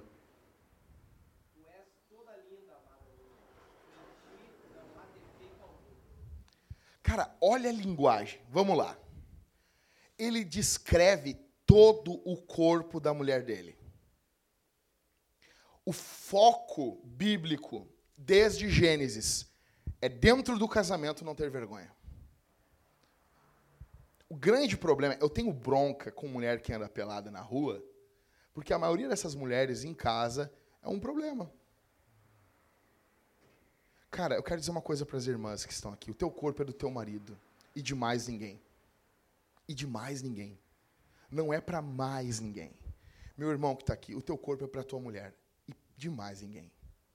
Speaker 1: Cara, olha a linguagem. Vamos lá. Ele descreve todo o corpo da mulher dele. O foco bíblico, desde Gênesis, é dentro do casamento não ter vergonha. O grande problema, eu tenho bronca com mulher que anda pelada na rua, porque a maioria dessas mulheres em casa é um problema. Cara, eu quero dizer uma coisa para as irmãs que estão aqui. O teu corpo é do teu marido e de mais ninguém. E de mais ninguém. Não é para mais ninguém. Meu irmão que está aqui, o teu corpo é para a tua mulher e de mais ninguém.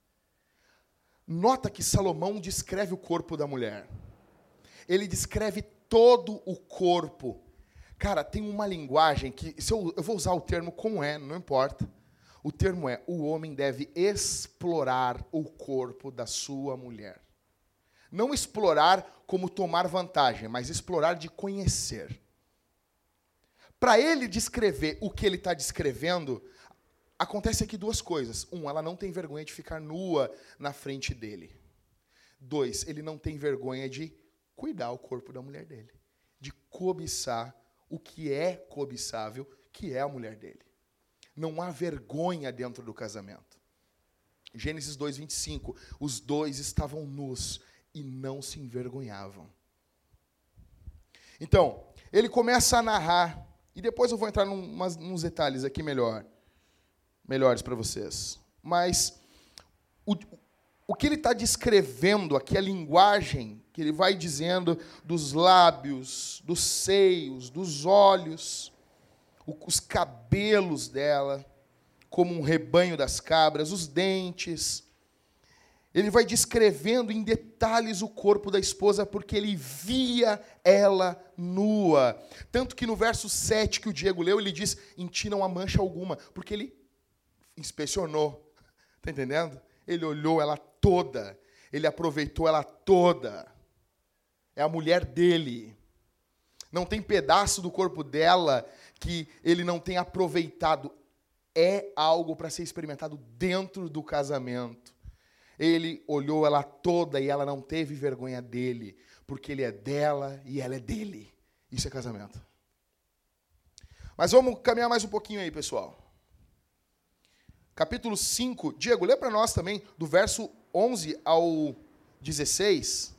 Speaker 1: Nota que Salomão descreve o corpo da mulher. Ele descreve todo o corpo. Cara, tem uma linguagem que, eu vou usar o termo como é, não importa. O termo é, o homem deve explorar o corpo da sua mulher. Não explorar como tomar vantagem, mas explorar de conhecer. Para ele descrever o que ele está descrevendo, acontece aqui duas coisas. Ela não tem vergonha de ficar nua na frente dele. 2, ele não tem vergonha de cuidar o corpo da mulher dele. De cobiçar o que é cobiçável, que é a mulher dele. Não há vergonha dentro do casamento. Gênesis 2:25. Os dois estavam nus e não se envergonhavam. Então, ele começa a narrar, e depois eu vou entrar nos detalhes aqui melhores para vocês. Mas o que ele está descrevendo aqui, a linguagem que ele vai dizendo dos lábios, dos seios, dos olhos, os cabelos dela, como um rebanho das cabras, os dentes. Ele vai descrevendo em detalhes o corpo da esposa, porque ele via ela nua. Tanto que no verso 7 que o Diego leu, ele diz, em ti não há mancha alguma, porque ele inspecionou. Está entendendo? Ele olhou ela toda, ele aproveitou ela toda. É a mulher dele. Não tem pedaço do corpo dela que ele não tenha aproveitado. É algo para ser experimentado dentro do casamento. Ele olhou ela toda e ela não teve vergonha dele, porque ele é dela e ela é dele. Isso é casamento. Mas vamos caminhar mais um pouquinho aí, pessoal. Capítulo 5. Diego, lê para nós também, do verso 11 ao 16.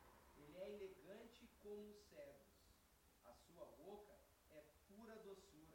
Speaker 2: Como cedros, a sua boca é pura doçura.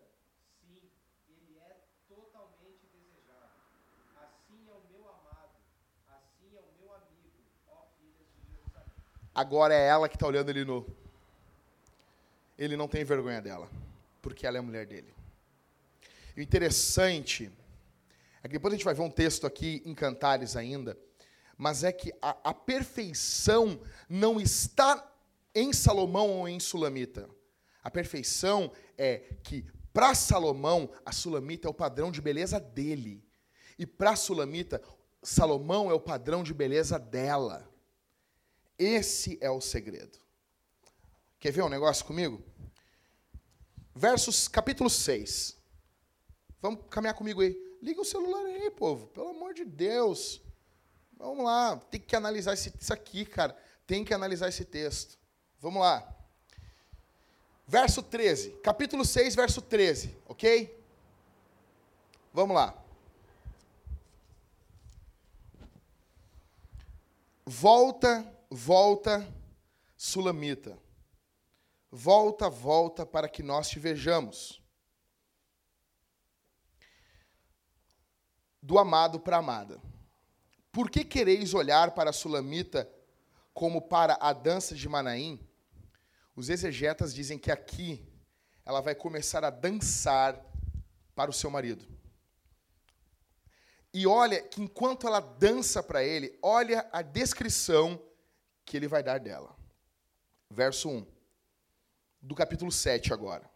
Speaker 2: é o meu amado, assim é o meu amigo, ó filhas de Jerusalém.
Speaker 1: Agora é ela que está olhando ele nu. Ele não tem vergonha dela, porque ela é a mulher dele. E o interessante é que depois a gente vai ver um texto aqui em Cantares ainda, mas é que a perfeição não está em Salomão ou em Sulamita. A perfeição é que, para Salomão, a Sulamita é o padrão de beleza dele. E para Sulamita, Salomão é o padrão de beleza dela. Esse é o segredo. Quer ver um negócio comigo? Capítulo 6. Vamos caminhar comigo aí. Liga o celular aí, povo. Pelo amor de Deus. Vamos lá. Tem que analisar isso aqui, cara. Tem que analisar esse texto. Vamos lá. Verso 13. Capítulo 6, verso 13. Ok? Vamos lá. Volta, Sulamita. Volta para que nós te vejamos. Do amado para a amada. Por que quereis olhar para a Sulamita como para a dança de Manaim? Os exegetas dizem que aqui ela vai começar a dançar para o seu marido. E olha que enquanto ela dança para ele, olha a descrição que ele vai dar dela. Verso 1. Do capítulo 7 agora.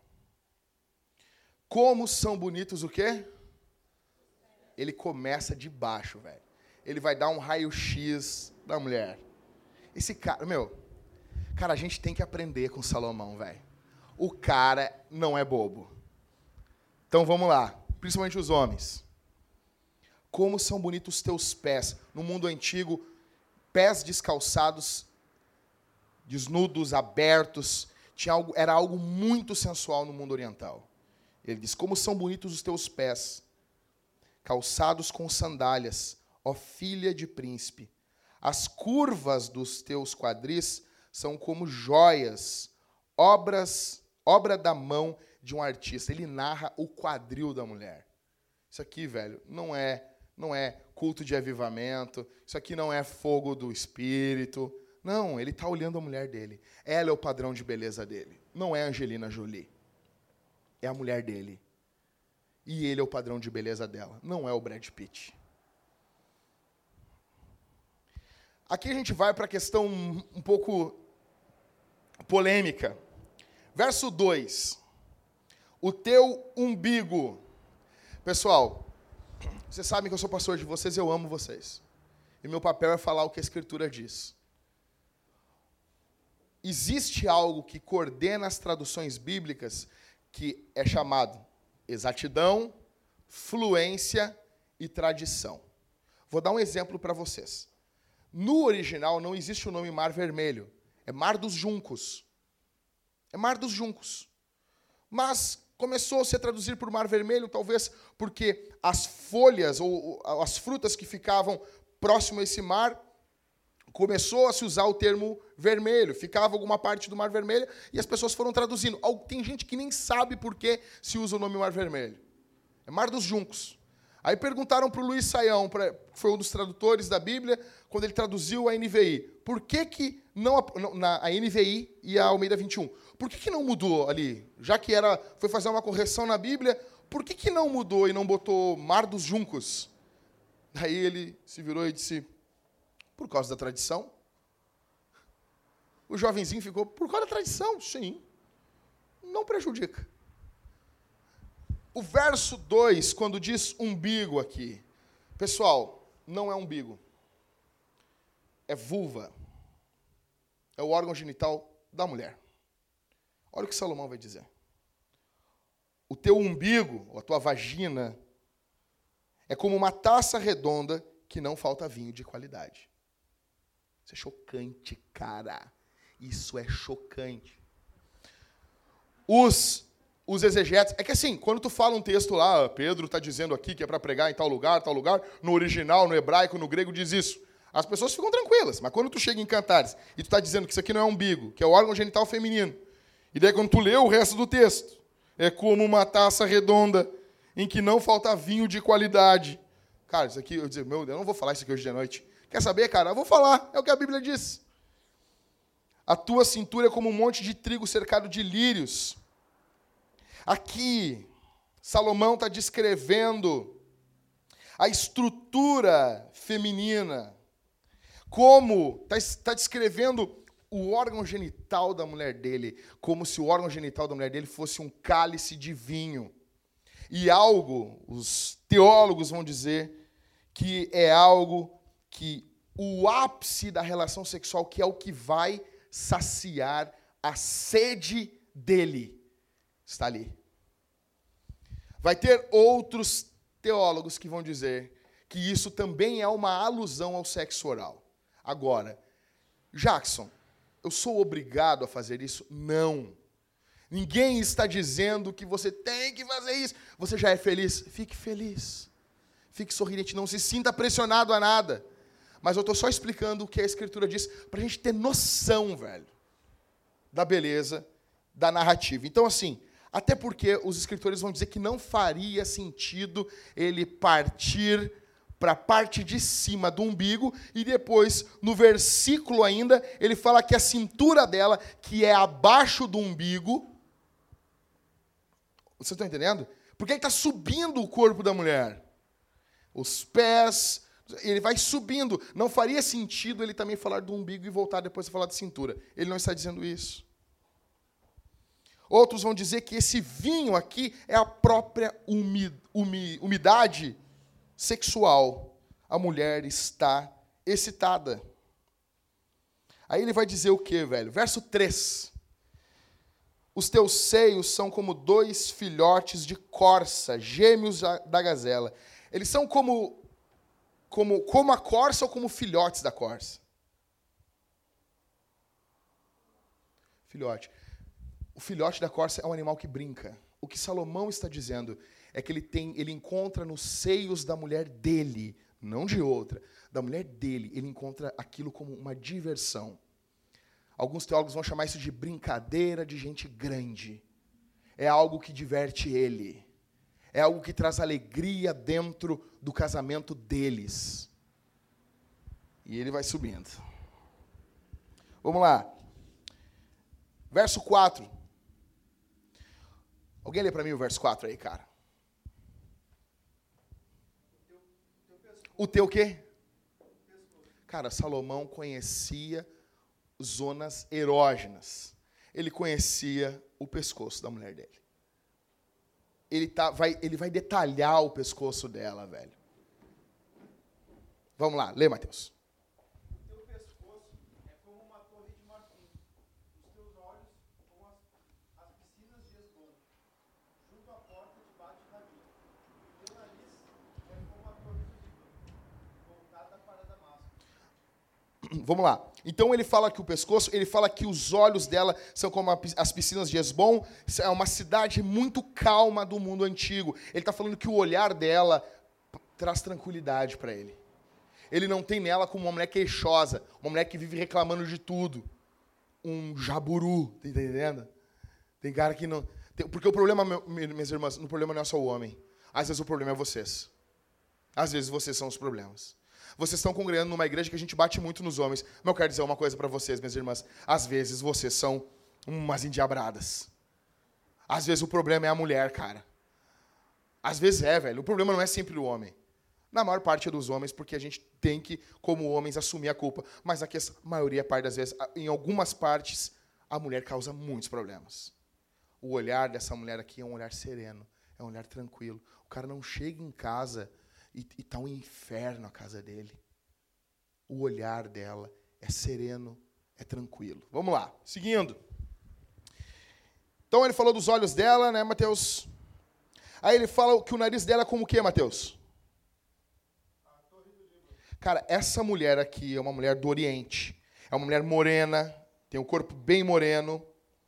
Speaker 1: Como são bonitos o quê? Ele começa de baixo, velho. Ele vai dar um raio-x da mulher. Esse cara, cara, a gente tem que aprender com Salomão, velho. O cara não é bobo. Então vamos lá, principalmente os homens. Como são bonitos os teus pés. No mundo antigo, pés descalçados, desnudos, abertos, era algo muito sensual no mundo oriental. Ele diz, como são bonitos os teus pés, calçados com sandálias, ó filha de príncipe. As curvas dos teus quadris são como joias, obra da mão de um artista. Ele narra o quadril da mulher. Isso aqui, velho, não é culto de avivamento, isso aqui não é fogo do espírito. Não, ele está olhando a mulher dele. Ela é o padrão de beleza dele. Não é Angelina Jolie. É a mulher dele. E ele é o padrão de beleza dela. Não é o Brad Pitt. Aqui a gente vai para a questão um pouco polêmica. Verso 2. O teu umbigo. Pessoal, vocês sabem que eu sou pastor de vocês, eu amo vocês. E meu papel é falar o que a Escritura diz. Existe algo que coordena as traduções bíblicas que é chamado exatidão, fluência e tradição. Vou dar um exemplo para vocês. No original não existe o nome Mar Vermelho. É Mar dos Juncos. É Mar dos Juncos. Mas começou a se traduzir por Mar Vermelho, talvez porque as folhas ou as frutas que ficavam próximo a esse mar, começou a se usar o termo vermelho. Ficava alguma parte do Mar Vermelho e as pessoas foram traduzindo. Tem gente que nem sabe por que se usa o nome Mar Vermelho. É Mar dos Juncos. Aí perguntaram para o Luiz Saião, que foi um dos tradutores da Bíblia, quando ele traduziu a NVI, por que não a NVI e a Almeida 21, por que não mudou ali? Já que foi fazer uma correção na Bíblia, por que não mudou e não botou Mar dos Juncos? Aí ele se virou e disse, por causa da tradição. O jovenzinho ficou, por causa da tradição? Sim. Não prejudica. O verso 2, quando diz umbigo aqui, pessoal, não é umbigo. É vulva. É o órgão genital da mulher. Olha o que Salomão vai dizer. O teu umbigo, ou a tua vagina, é como uma taça redonda que não falta vinho de qualidade. Isso é chocante, cara. Isso é chocante. Os exegetas... É que assim, quando tu fala um texto lá, Pedro está dizendo aqui que é para pregar em tal lugar, no original, no hebraico, no grego, diz isso. As pessoas ficam tranquilas. Mas quando tu chega em Cantares e tu está dizendo que isso aqui não é umbigo, que é o órgão genital feminino, e daí quando tu lê o resto do texto, é como uma taça redonda em que não falta vinho de qualidade. Cara, isso aqui, eu dizer, meu Deus, eu não vou falar isso aqui hoje de noite. Quer saber, cara? Eu vou falar, é o que a Bíblia diz. A tua cintura é como um monte de trigo cercado de lírios. Aqui, Salomão está descrevendo a estrutura feminina, como está descrevendo o órgão genital da mulher dele, como se o órgão genital da mulher dele fosse um cálice de vinho. E algo, os teólogos vão dizer que é algo que o ápice da relação sexual, que é o que vai saciar a sede dele, está ali. Vai ter outros teólogos que vão dizer que isso também é uma alusão ao sexo oral. Agora, Jackson, eu sou obrigado a fazer isso? Não. Ninguém está dizendo que você tem que fazer isso. Você já é feliz? Fique feliz. Fique sorridente, não se sinta pressionado a nada. Mas eu estou só explicando o que a Escritura diz para a gente ter noção, velho, da beleza da narrativa. Então, assim, até porque os escritores vão dizer que não faria sentido ele partir para a parte de cima do umbigo e depois, no versículo ainda, ele fala que a cintura dela, que é abaixo do umbigo, vocês estão entendendo? Porque ele está subindo o corpo da mulher. Os pés, ele vai subindo. Não faria sentido ele também falar do umbigo e voltar depois a falar de cintura. Ele não está dizendo isso. Outros vão dizer que esse vinho aqui é a própria umidade sexual. A mulher está excitada. Aí ele vai dizer o quê, velho? Verso 3. Os teus seios são como 2 filhotes de corça, gêmeos da gazela. Eles são como a corça ou como filhotes da corça? Filhote. O filhote da corça é um animal que brinca. O que Salomão está dizendo é que ele encontra nos seios da mulher dele, não de outra, da mulher dele, ele encontra aquilo como uma diversão. Alguns teólogos vão chamar isso de brincadeira de gente grande. É algo que diverte ele. É algo que traz alegria dentro do casamento deles. E ele vai subindo. Vamos lá. Verso 4. Alguém lê para mim o verso 4 aí, cara? O teu quê? Cara, Salomão conhecia zonas erógenas. Ele conhecia o pescoço da mulher dele. Ele vai detalhar o pescoço dela, velho. Vamos lá, lê, Mateus.
Speaker 3: O teu pescoço é como uma torre de marfim, os teus olhos como as piscinas de Esbom, junto à porta de Bate-Rabi. O teu nariz é como a torre do Líbano, voltada para Damasco.
Speaker 1: Vamos lá. Então ele fala que o pescoço, ele fala que os olhos dela são como as piscinas de Esbom, é uma cidade muito calma do mundo antigo. Ele está falando que o olhar dela traz tranquilidade para ele. Ele não tem nela como uma mulher queixosa, uma mulher que vive reclamando de tudo. Um jaburu, tá entendendo? Tem cara que não... Porque o problema, minhas irmãs, o problema não é só o homem. Às vezes o problema é vocês. Às vezes vocês são os problemas. Vocês estão congregando numa igreja que a gente bate muito nos homens. Mas eu quero dizer uma coisa para vocês, minhas irmãs. Às vezes vocês são umas endiabradas. Às vezes o problema é a mulher, cara. Às vezes velho. O problema não é sempre o homem. Na maior parte dos homens, porque a gente tem que, como homens, assumir a culpa. Mas a maioria, parte das vezes, em algumas partes, a mulher causa muitos problemas. O olhar dessa mulher aqui é um olhar sereno, é um olhar tranquilo. O cara não chega em casa e está um inferno a casa dele. O olhar dela é sereno, é tranquilo. Vamos lá, seguindo. Então ele falou dos olhos dela, né, Mateus? Aí ele fala que o nariz dela é como o quê, Mateus? Cara, essa mulher aqui é uma mulher do Oriente. É uma mulher morena, tem o corpo bem moreno.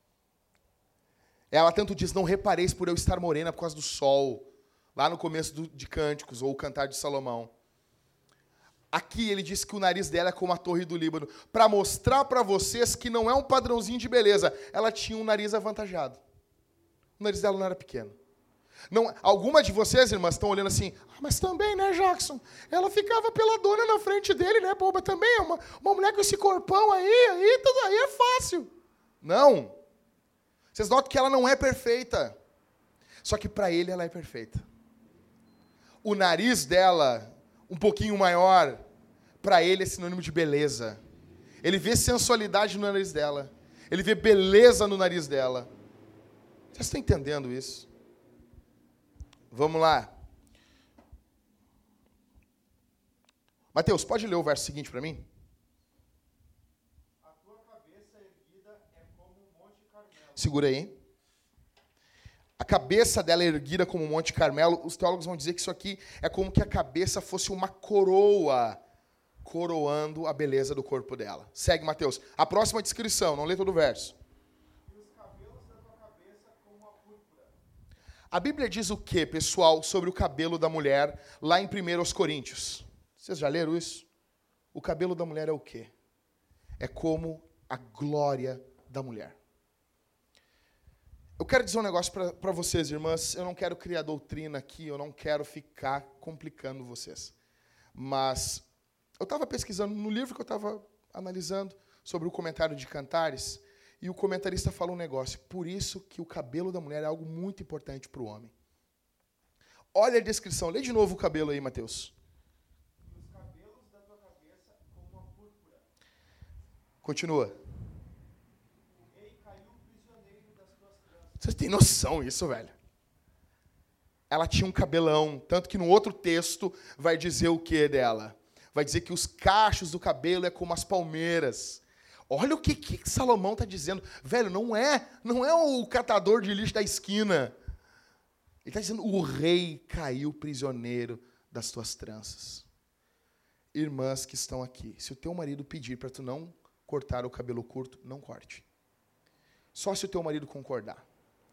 Speaker 1: Ela tanto diz, não repareis por eu estar morena por causa do sol. Lá no começo de Cânticos, ou o Cantar de Salomão. Aqui ele diz que o nariz dela é como a torre do Líbano, para mostrar para vocês que não é um padrãozinho de beleza. Ela tinha um nariz avantajado. O nariz dela não era pequeno. Não, alguma de vocês, irmãs, estão olhando assim, mas também, né, Jackson? Ela ficava peladona na frente dele, né, boba? Também é uma mulher com esse corpão aí, tudo aí é fácil. Não. Vocês notam que ela não é perfeita. Só que para ele ela é perfeita. O nariz dela, um pouquinho maior, para ele é sinônimo de beleza. Ele vê sensualidade no nariz dela. Ele vê beleza no nariz dela. Vocês estão entendendo isso? Vamos lá. Mateus, pode ler o verso seguinte para mim?
Speaker 3: A tua cabeça erguida é como um monte Carmelo.
Speaker 1: Segura aí. A cabeça dela é erguida como um monte Carmelo. Os teólogos vão dizer que isso aqui é como que a cabeça fosse uma coroa, coroando a beleza do corpo dela. Segue, Mateus. A próxima descrição, não lê todo o verso.
Speaker 3: E os cabelos da tua cabeça como a púrpura.
Speaker 1: A Bíblia diz o que, pessoal, sobre o cabelo da mulher, lá em 1 Coríntios? Vocês já leram isso? O cabelo da mulher é o quê? É como a glória da mulher. Eu quero dizer um negócio para vocês, irmãs. Eu não quero criar doutrina aqui, eu não quero ficar complicando vocês. Mas eu estava pesquisando no livro que eu estava analisando sobre o comentário de Cantares, e o comentarista fala um negócio. Por isso que o cabelo da mulher é algo muito importante para o homem. Olha a descrição. Lê de novo o cabelo aí, Mateus.
Speaker 3: E os cabelos da tua cabeça como a púrpura.
Speaker 1: Continua.
Speaker 3: O rei caiu prisioneiro das tuas tranças.
Speaker 1: Vocês têm noção disso, velho? Ela tinha um cabelão, tanto que no outro texto vai dizer o que dela? Vai dizer que os cachos do cabelo é como as palmeiras. Olha o que Salomão está dizendo. Velho, não é o catador de lixo da esquina. Ele está dizendo, o rei caiu prisioneiro das tuas tranças. Irmãs que estão aqui, se o teu marido pedir para tu não cortar o cabelo curto, não corte. Só se o teu marido concordar.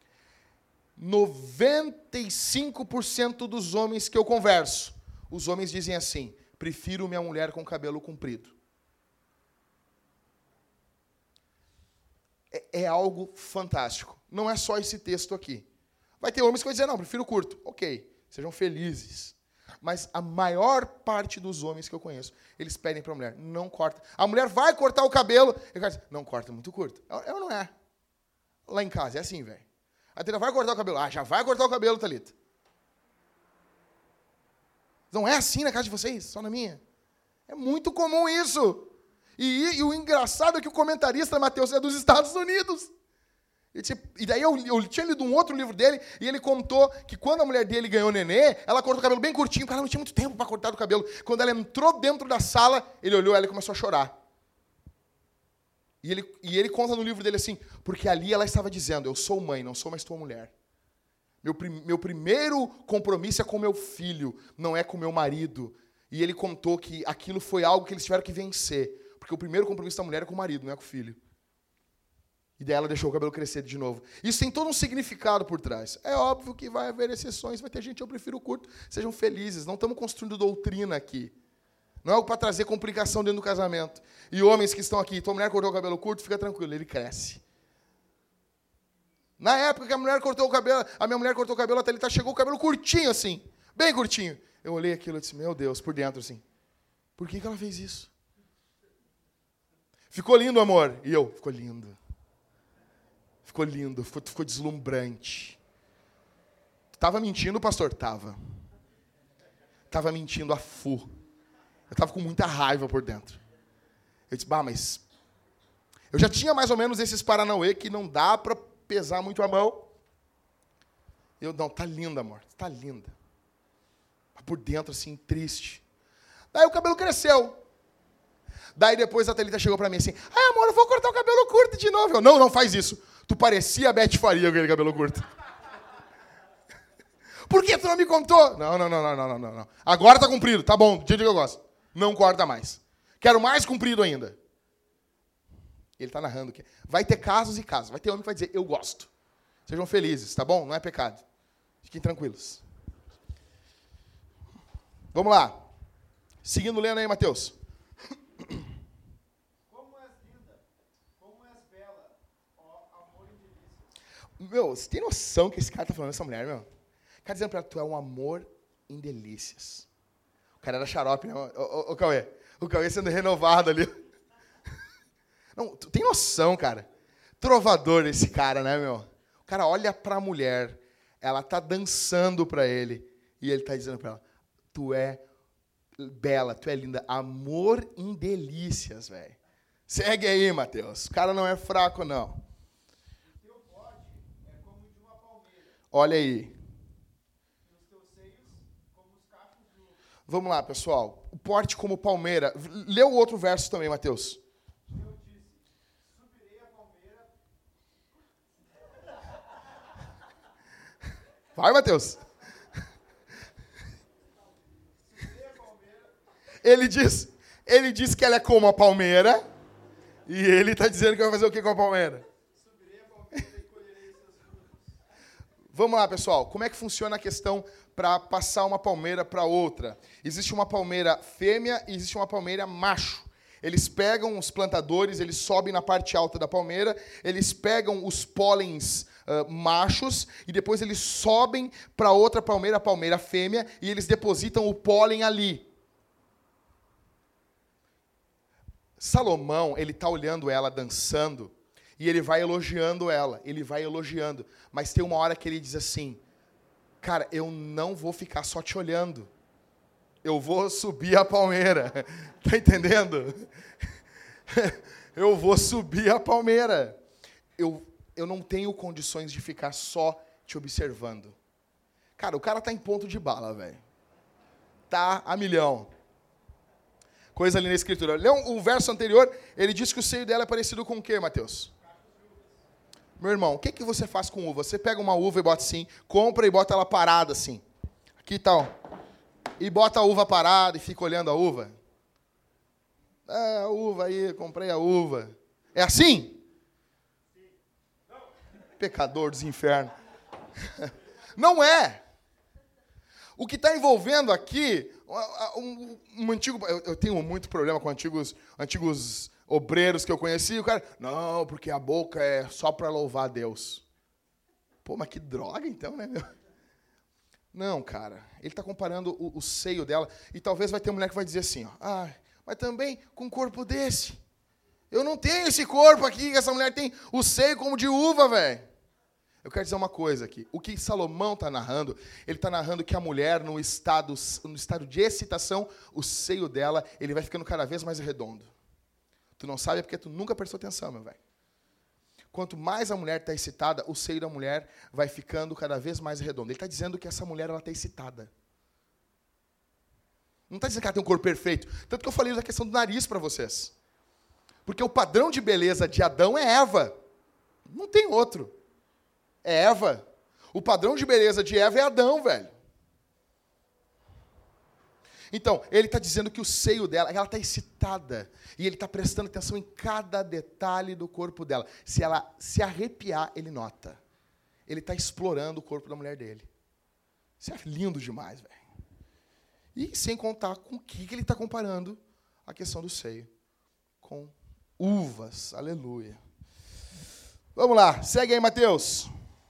Speaker 1: 95% dos homens que eu converso, os homens dizem assim, prefiro minha mulher com cabelo comprido. É algo fantástico. Não é só esse texto aqui. Vai ter homens que vão dizer, não, prefiro curto. Ok, sejam felizes. Mas a maior parte dos homens que eu conheço, eles pedem para a mulher, não corta. A mulher vai cortar o cabelo, e o cara diz, não corta muito curto. Eu não é. Lá em casa é assim, velho. A Thalita vai cortar o cabelo. Ah, já vai cortar o cabelo, Thalita. Não é assim na casa de vocês, só na minha. É muito comum isso. E o engraçado é que o comentarista, Mateus, é dos Estados Unidos. E daí eu tinha lido um outro livro dele, e ele contou que quando a mulher dele ganhou nenê, ela cortou o cabelo bem curtinho, porque ela não tinha muito tempo para cortar o cabelo. Quando ela entrou dentro da sala, ele olhou ela e começou a chorar. E ele conta no livro dele assim, porque ali ela estava dizendo, eu sou mãe, não sou mais tua mulher. Meu primeiro compromisso é com meu filho, não é com meu marido. E ele contou que aquilo foi algo que eles tiveram que vencer. Porque o primeiro compromisso da mulher é com o marido, não é com o filho. E daí ela deixou o cabelo crescer de novo. Isso tem todo um significado por trás. É óbvio que vai haver exceções, vai ter gente, eu prefiro curto. Sejam felizes, não estamos construindo doutrina aqui. Não é algo para trazer complicação dentro do casamento. E homens que estão aqui, tua mulher cortou o cabelo curto, fica tranquilo, ele cresce. Na época que a minha mulher cortou o cabelo, a Thalita chegou o cabelo curtinho assim, bem curtinho. Eu olhei aquilo e disse, meu Deus, por dentro assim. Por que ela fez isso? Ficou lindo, amor. E eu, ficou lindo. Ficou lindo, ficou deslumbrante. Tava mentindo, pastor? Tava. Tava mentindo a full. Eu tava com muita raiva por dentro. Eu disse, mas... Eu já tinha mais ou menos esses paranauê que não dá para pesar muito a mão. Não, tá linda, amor. Tá linda. Por dentro, assim, triste. Daí o cabelo cresceu. Daí depois a Thalita chegou pra mim assim, amor, eu vou cortar o cabelo curto de novo. Eu, não faz isso. Tu parecia a Beth Faria com aquele cabelo curto. Por que tu não me contou? Não. Agora tá comprido, tá bom, do jeito que eu gosto. Não corta mais. Quero mais comprido ainda. Ele tá narrando que vai ter casos e casos. Vai ter homem que vai dizer, eu gosto. Sejam felizes, tá bom? Não é pecado. Fiquem tranquilos. Vamos lá. Seguindo lendo aí, Mateus.
Speaker 3: Como és linda, como és bela, ó amor e delícias.
Speaker 1: Meu, você tem noção que esse cara tá falando dessa mulher, meu? cara dizendo para ela, tu é um amor em delícias. O cara era xarope, né? O Cauê. O Cauê sendo renovado ali. Não, tu tem noção, cara. Trovador esse cara, né, meu? O cara olha pra mulher, ela tá dançando pra ele, e ele tá dizendo pra ela, tu é bela, tu é linda. Amor em delícias, velho. Segue aí, Mateus. O cara não é fraco, não.
Speaker 3: O teu bode é como de uma palmeira,
Speaker 1: Olha aí.
Speaker 3: e os teus seios como os cachos de uva.
Speaker 1: Vamos lá, pessoal. O porte como palmeira. Lê o outro verso também, Mateus.
Speaker 3: Eu disse, subirei a palmeira,
Speaker 1: Vai, Mateus.
Speaker 3: subirei a palmeira,
Speaker 1: Ele diz que ela é como a palmeira. E ele está dizendo que vai fazer o que com a palmeira?
Speaker 3: subirei a palmeira e colherei os seus frutos.
Speaker 1: Vamos lá, pessoal. Como é que funciona a questão para passar uma palmeira para outra? Existe uma palmeira fêmea e existe uma palmeira macho. Eles pegam os plantadores, eles sobem na parte alta da palmeira, eles pegam os pólens machos e depois eles sobem para outra palmeira, a palmeira fêmea, e eles depositam o pólen ali. Salomão, ele está olhando ela dançando e ele vai elogiando ela, ele vai elogiando. Mas tem uma hora que ele diz assim, cara, eu não vou ficar só te olhando. Eu vou subir a palmeira. Tá entendendo? Eu vou subir a palmeira. Eu não tenho condições de ficar só te observando. Cara, o cara tá em ponto de bala, velho. Tá a milhão. Coisa ali na escritura. Lê o verso anterior, ele diz que o seio dela é parecido com o quê, Mateus? Meu irmão, o que você faz com uva? Você pega uma uva e bota assim, compra e bota ela parada assim. Aqui tá, ó. E bota a uva parada e fica olhando a uva. Ah, a uva aí, comprei a uva. É assim? Pecador dos infernos. Não é. O que está envolvendo aqui, um antigo... Eu tenho muito problema com antigos obreiros que eu conheci. O cara, não, porque a boca é só para louvar a Deus. Pô, mas que droga então, né, meu? Não, cara. Ele está comparando o seio dela. E talvez vai ter mulher que vai dizer assim, ó, ah, mas também com um corpo desse. Eu não tenho esse corpo aqui, que essa mulher tem o seio como de uva, velho. Eu quero dizer uma coisa aqui. O que Salomão está narrando, ele está narrando que a mulher, no estado de excitação, o seio dela, ele vai ficando cada vez mais redondo. Tu não sabe porque tu nunca prestou atenção, meu velho. Quanto mais a mulher está excitada, o seio da mulher vai ficando cada vez mais redondo. Ele está dizendo que essa mulher está excitada. Não está dizendo que ela tem um corpo perfeito. Tanto que eu falei da questão do nariz para vocês. Porque o padrão de beleza de Adão é Eva. Não tem outro. É Eva. O padrão de beleza de Eva é Adão, velho. Então, ele está dizendo que o seio dela, ela está excitada. E ele está prestando atenção em cada detalhe do corpo dela. Se ela se arrepiar, ele nota. Ele está explorando o corpo da mulher dele. Isso é lindo demais, velho. E sem contar com o que ele está comparando a questão do seio. Com uvas. Aleluia. Vamos lá, segue aí, Mateus.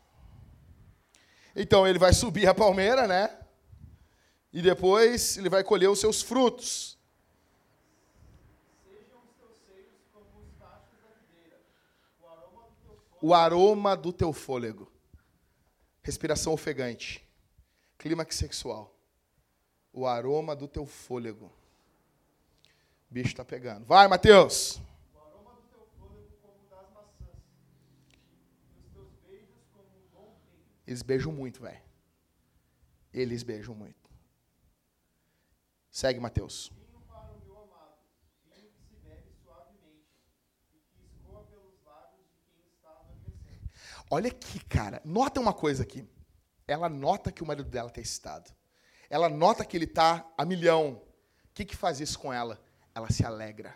Speaker 1: Então, ele vai subir a palmeira, né? E depois ele vai colher os seus frutos.
Speaker 3: Sejam os teus seios como os cachos da videira,
Speaker 1: O aroma do teu fôlego. Respiração ofegante. Clímax sexual. O aroma do teu fôlego. O bicho está pegando. Vai, Mateus.
Speaker 3: o aroma do teu fôlego como o das maçãs, e os teus beijos como um bom vinho.
Speaker 1: Eles beijam muito, velho. Eles beijam muito. Segue, Mateus.
Speaker 3: Vinho para o meu amado, vinho que se bebe suavemente, e que escoa pelos lábios de quem está adormecendo.
Speaker 1: Olha aqui, cara. Nota uma coisa aqui. Ela nota que o marido dela está excitado. Ela nota que ele está a milhão. O que faz isso com ela? Ela se alegra.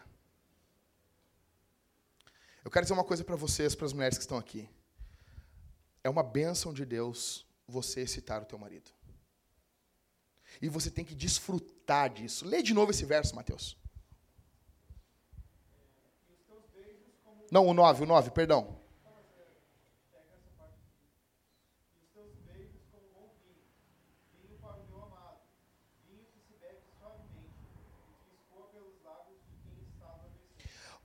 Speaker 1: Eu quero dizer uma coisa para vocês, para as mulheres que estão aqui. É uma bênção de Deus você excitar o teu marido. E você tem que desfrutar disso. Lê de novo esse verso, Mateus.
Speaker 3: E os teus beijos como
Speaker 1: Não, o 9, perdão.
Speaker 3: pega essa parte aqui. E os teus beijos como um bom vinho,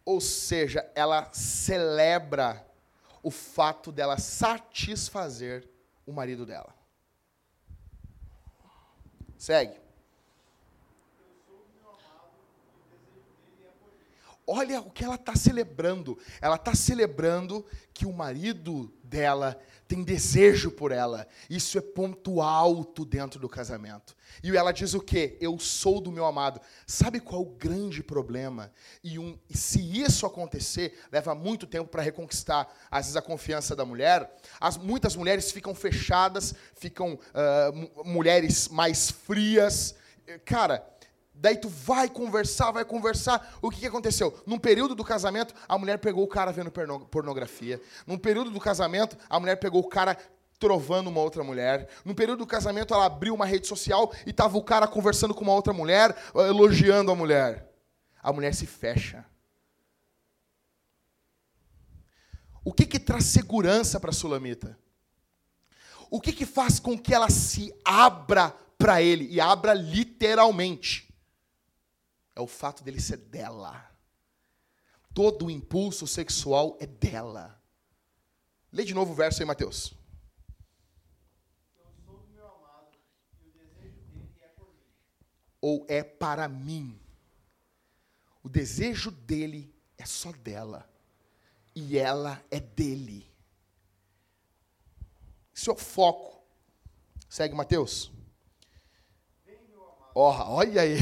Speaker 1: Ou seja, ela celebra o fato dela satisfazer o marido dela. Segue. Olha o que ela está celebrando. Ela está celebrando que o marido dela tem desejo por ela. Isso é ponto alto dentro do casamento. E ela diz o quê? Eu sou do meu amado. Sabe qual o grande problema? E se isso acontecer, leva muito tempo para reconquistar, às vezes, a confiança da mulher. Muitas mulheres ficam fechadas, ficam mulheres mais frias. Cara, daí tu vai conversar. O que aconteceu? Num período do casamento, a mulher pegou o cara vendo pornografia. Num período do casamento, a mulher pegou o cara trovando uma outra mulher. Num período do casamento, ela abriu uma rede social e tava o cara conversando com uma outra mulher, elogiando a mulher. A mulher se fecha. O que traz segurança para a sulamita? O que faz com que ela se abra para ele? E abra literalmente. É o fato dele ser dela. Todo o impulso sexual é dela. Lê de novo o verso aí, Mateus.
Speaker 3: Eu sou do meu amado, e o desejo dele é por mim.
Speaker 1: Ou é para mim. O desejo dele é só dela. E ela é dele. Esse é o foco. Segue, Mateus.
Speaker 3: Vem, meu amado.
Speaker 1: Olha aí.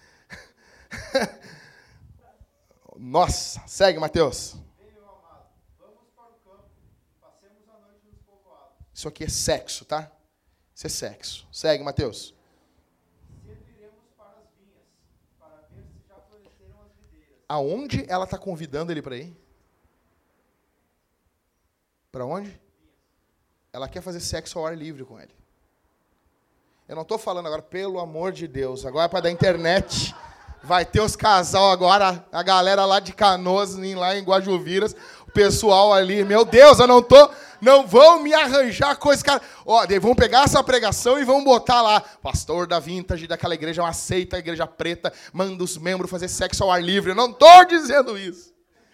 Speaker 1: Nossa, segue, Mateus.
Speaker 3: Vem, meu amado. Vamos para o campo. Passemos a noite nos povoados.
Speaker 1: Isso aqui é sexo, tá? Isso é sexo. Segue, Mateus.
Speaker 3: Serviremos para as vinhas, para ver se já floresceram as videiras.
Speaker 1: Aonde ela está convidando ele para ir? Para onde? Ela quer fazer sexo ao ar livre com ele. Eu não estou falando agora, pelo amor de Deus, agora é para da internet. Vai ter os casal agora, a galera lá de Canoas, lá em Guajuviras, o pessoal ali, meu Deus, não vão me arranjar coisa, cara. Ó, vão pegar essa pregação e vão botar lá, pastor da Vintage, daquela igreja, uma seita, a igreja preta, manda os membros fazer sexo ao ar livre. Eu não estou dizendo isso.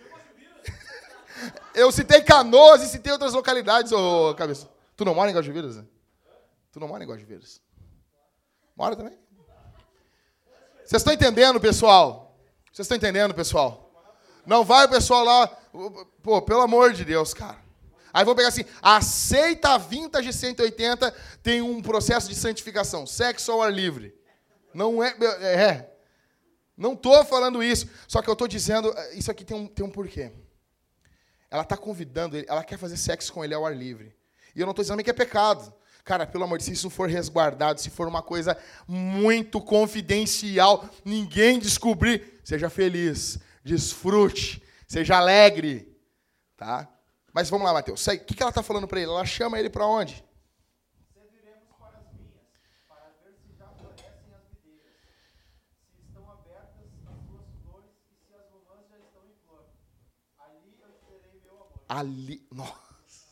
Speaker 1: Eu citei Canoas e citei outras localidades, ô cabeça. Tu não mora em Guajuviras, né? Tu não mora em Guajuviras? Mora também? Vocês estão entendendo, pessoal? Vocês estão entendendo, pessoal? Não vai o pessoal lá... Pô, pelo amor de Deus, cara. Aí vão pegar assim, aceita a Vintage 180, tem um processo de santificação. Sexo ao ar livre. Não é... Não estou falando isso. Só que eu estou dizendo... Isso aqui tem um porquê. Ela está convidando ele, ela quer fazer sexo com ele ao ar livre. E eu não estou dizendo que é pecado. Cara, pelo amor de Deus, se isso for resguardado, se for uma coisa muito confidencial, ninguém descobrir, seja feliz, desfrute, seja alegre. Tá? Mas vamos lá, Mateus. O que ela está falando para ele? Ela chama ele para onde?
Speaker 3: Serviremos para as vinhas, para ver se já florescem as videiras, se estão abertas as suas flores e se as romãs já estão em flor. Ali eu te terei meu amor.
Speaker 1: Ali. Nossa.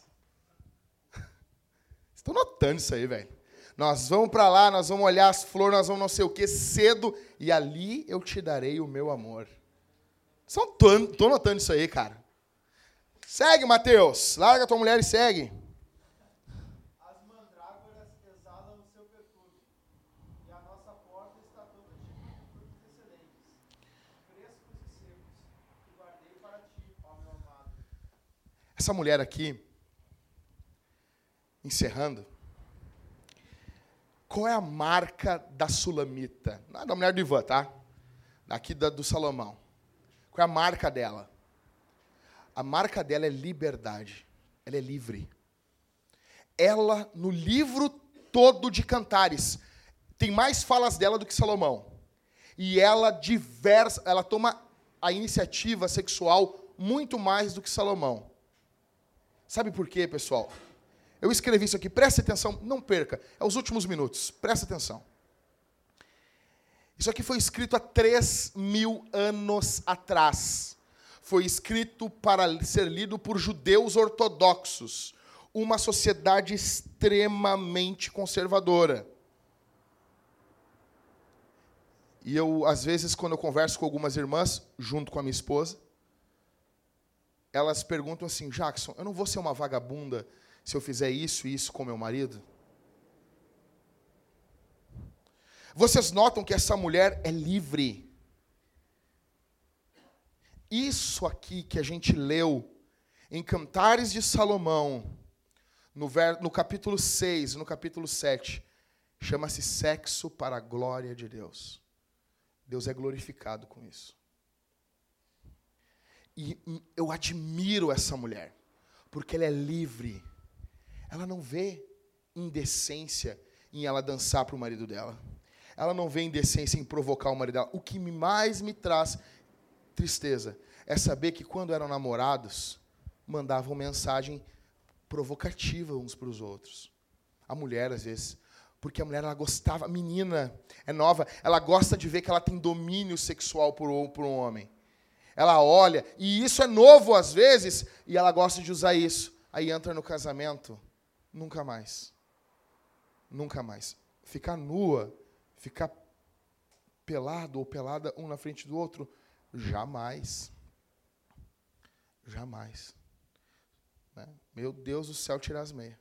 Speaker 1: Estão notando isso aí, velho. Nós vamos para lá, nós vamos olhar as flores, nós vamos não sei o que, cedo, e ali eu te darei o meu amor. Estou notando isso aí, cara. Segue, Mateus. Larga a tua mulher e segue.
Speaker 3: As mandrágoras exalam o seu perfume, e a nossa porta está toda cheia de frutos excelentes, frescos e secos, que guardei para ti, ó meu amado.
Speaker 1: Essa mulher aqui, encerrando, qual é a marca da sulamita? Não é da mulher do Ivan, tá? Daqui do Salomão. Qual é a marca dela? A marca dela é liberdade. Ela é livre. Ela, no livro todo de Cantares, tem mais falas dela do que Salomão. E ela toma a iniciativa sexual muito mais do que Salomão. Sabe por quê, pessoal? Eu escrevi isso aqui, presta atenção, não perca. É os últimos minutos, presta atenção. Isso aqui foi escrito há 3.000 anos atrás. Foi escrito para ser lido por judeus ortodoxos. Uma sociedade extremamente conservadora. E eu, às vezes, quando eu converso com algumas irmãs, junto com a minha esposa, elas perguntam assim, Jackson, eu não vou ser uma vagabunda se eu fizer isso e isso com meu marido? Vocês notam que essa mulher é livre. Isso aqui que a gente leu em Cantares de Salomão, no capítulo 6 e no capítulo 7, chama-se sexo para a glória de Deus. Deus é glorificado com isso. E eu admiro essa mulher, porque ela é livre. Ela não vê indecência em ela dançar para o marido dela. Ela não vê indecência em provocar o marido dela. O que mais me traz tristeza é saber que quando eram namorados, mandavam mensagem provocativa uns para os outros. A mulher, às vezes, porque a mulher, ela gostava, a menina é nova, ela gosta de ver que ela tem domínio sexual por um homem. Ela olha, e isso é novo às vezes, e ela gosta de usar isso. Aí entra no casamento, nunca mais. Nunca mais. Ficar nua, ficar pelado ou pelada um na frente do outro, jamais. Jamais. Né? Meu Deus do céu, tira as meias.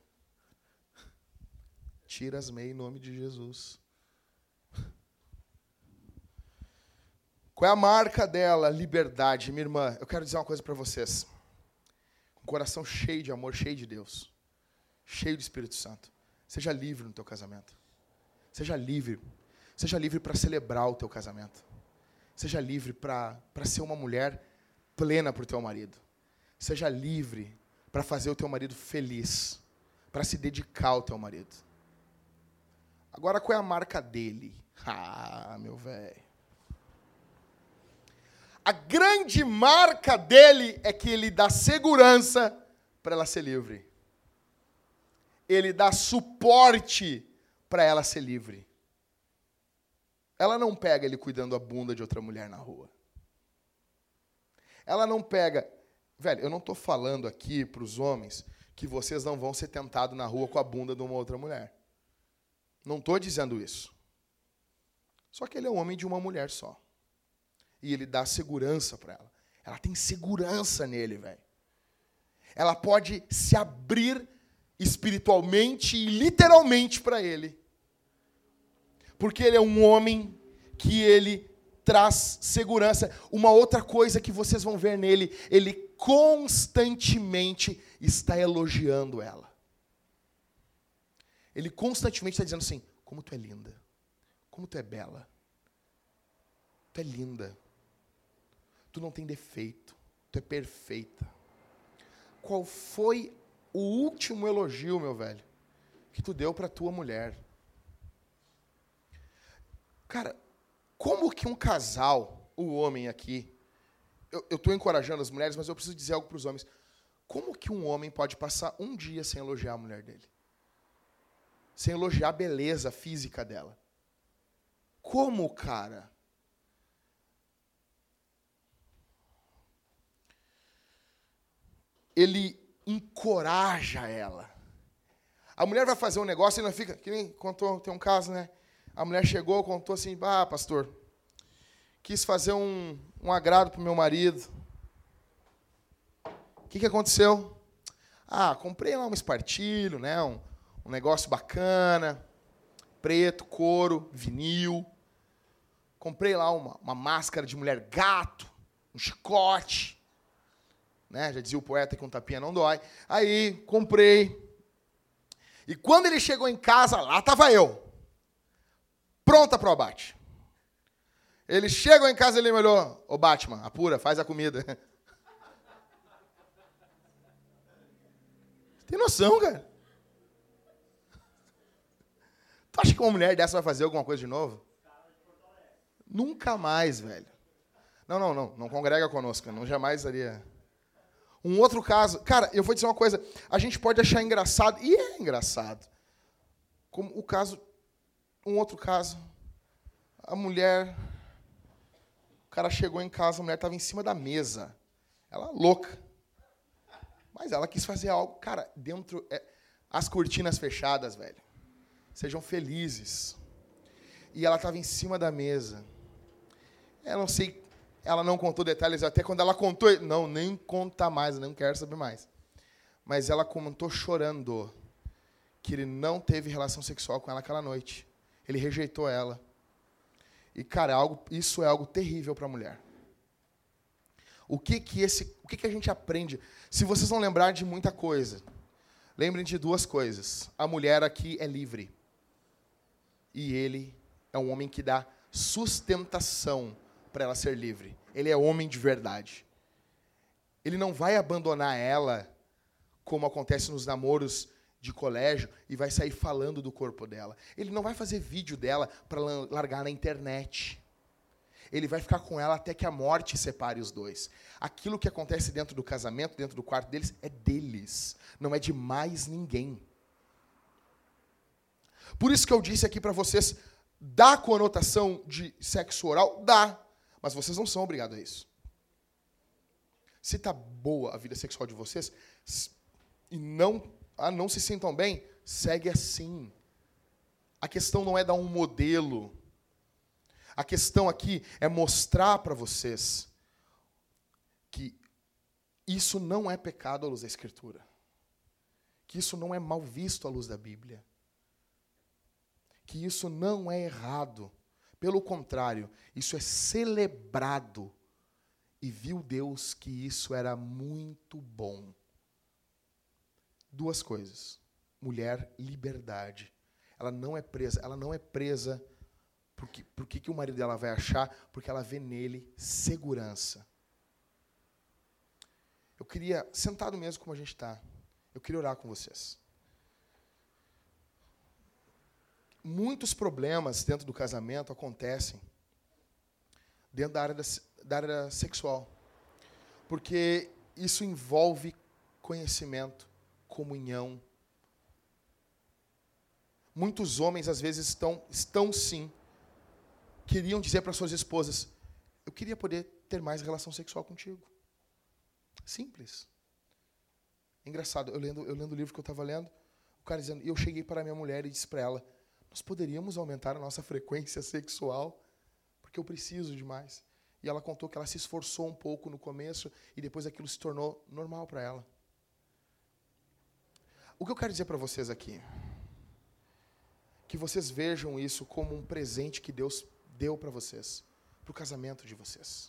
Speaker 1: Tira as meias em nome de Jesus. Qual é a marca dela? Liberdade. Minha irmã, eu quero dizer uma coisa para vocês. Com o coração cheio de amor, cheio de Deus. Cheio do Espírito Santo. Seja livre no teu casamento. Seja livre. Seja livre para celebrar o teu casamento. Seja livre para ser uma mulher plena para o teu marido. Seja livre para fazer o teu marido feliz. Para se dedicar ao teu marido. Agora, qual é a marca dele? Ah, meu velho. A grande marca dele é que ele dá segurança para ela ser livre. Ele dá suporte para ela ser livre. Ela não pega ele cuidando a bunda de outra mulher na rua. Ela não pega... Velho, eu não estou falando aqui para os homens que vocês não vão ser tentados na rua com a bunda de uma outra mulher. Não estou dizendo isso. Só que ele é um homem de uma mulher só. E ele dá segurança para ela. Ela tem segurança nele, velho. Ela pode se abrir espiritualmente e literalmente para ele. Porque ele é um homem que ele traz segurança. Uma outra coisa que vocês vão ver nele, ele constantemente está elogiando ela. Ele constantemente está dizendo assim, como tu é linda, como tu é bela, tu é linda, tu não tem defeito, tu é perfeita. Qual foi o último elogio, meu velho, que tu deu para tua mulher? Cara, como que um casal, o homem aqui, eu estou encorajando as mulheres, mas eu preciso dizer algo para os homens. Como que um homem pode passar um dia sem elogiar a mulher dele? Sem elogiar a beleza física dela? Como, cara? Ele encoraja ela. A mulher vai fazer um negócio e não fica... Que nem contou, tem um caso, né? A mulher chegou, contou assim, pastor, quis fazer um agrado para o meu marido. O que aconteceu? Comprei lá um espartilho, né? Um negócio bacana, preto, couro, vinil. Comprei lá uma máscara de mulher gato, um chicote. Né? Já dizia o poeta que um tapinha não dói. Aí, comprei. E quando ele chegou em casa, lá estava eu. Pronta para o abate. Ele chegou em casa e ele me olhou. Ô Batman, apura, faz a comida. Tem noção, cara? Tu acha que uma mulher dessa vai fazer alguma coisa de novo? Nunca mais, velho. Não congrega conosco. Não jamais seria... Um outro caso... Cara, eu vou dizer uma coisa. A gente pode achar engraçado, e é engraçado. Como o caso... Um outro caso. A mulher... O cara chegou em casa, a mulher estava em cima da mesa. Ela louca. Mas ela quis fazer algo... Cara, dentro... As cortinas fechadas, velho. Sejam felizes. E ela estava em cima da mesa. Eu não sei... Ela não contou detalhes, até quando ela contou, não, nem conta mais, eu não quero saber mais. Mas ela comentou chorando que ele não teve relação sexual com ela aquela noite. Ele rejeitou ela. E, cara, isso é algo terrível para a mulher. O que a gente aprende? Se vocês não lembrarem de muita coisa, lembrem de duas coisas. A mulher aqui é livre. E ele é um homem que dá sustentação para ela ser livre. Ele é homem de verdade. Ele não vai abandonar ela, como acontece nos namoros de colégio, e vai sair falando do corpo dela. Ele não vai fazer vídeo dela para largar na internet. Ele vai ficar com ela até que a morte separe os dois. Aquilo que acontece dentro do casamento, dentro do quarto deles, é deles. Não é de mais ninguém. Por isso que eu disse aqui para vocês, dá conotação de sexo oral? Dá. Mas vocês não são obrigados a isso. Se está boa a vida sexual de vocês, e não se sintam bem, segue assim. A questão não é dar um modelo. A questão aqui é mostrar para vocês que isso não é pecado à luz da Escritura. Que isso não é mal visto à luz da Bíblia. Que isso não é errado. Pelo contrário, isso é celebrado. E viu Deus que isso era muito bom. Duas coisas. Mulher, liberdade. Ela não é presa por que o marido dela vai achar? Porque ela vê nele segurança. Eu queria, sentado mesmo como a gente está, eu queria orar com vocês. Muitos problemas dentro do casamento acontecem dentro da área sexual. Porque isso envolve conhecimento, comunhão. Muitos homens, às vezes, estão sim, queriam dizer para suas esposas, eu queria poder ter mais relação sexual contigo. Simples. Engraçado, eu lendo o livro que eu estava lendo, o cara dizendo, eu cheguei para a minha mulher e disse para ela, nós poderíamos aumentar a nossa frequência sexual, porque eu preciso de mais. E ela contou que ela se esforçou um pouco no começo e depois aquilo se tornou normal para ela. O que eu quero dizer para vocês aqui, que vocês vejam isso como um presente que Deus deu para vocês, para o casamento de vocês.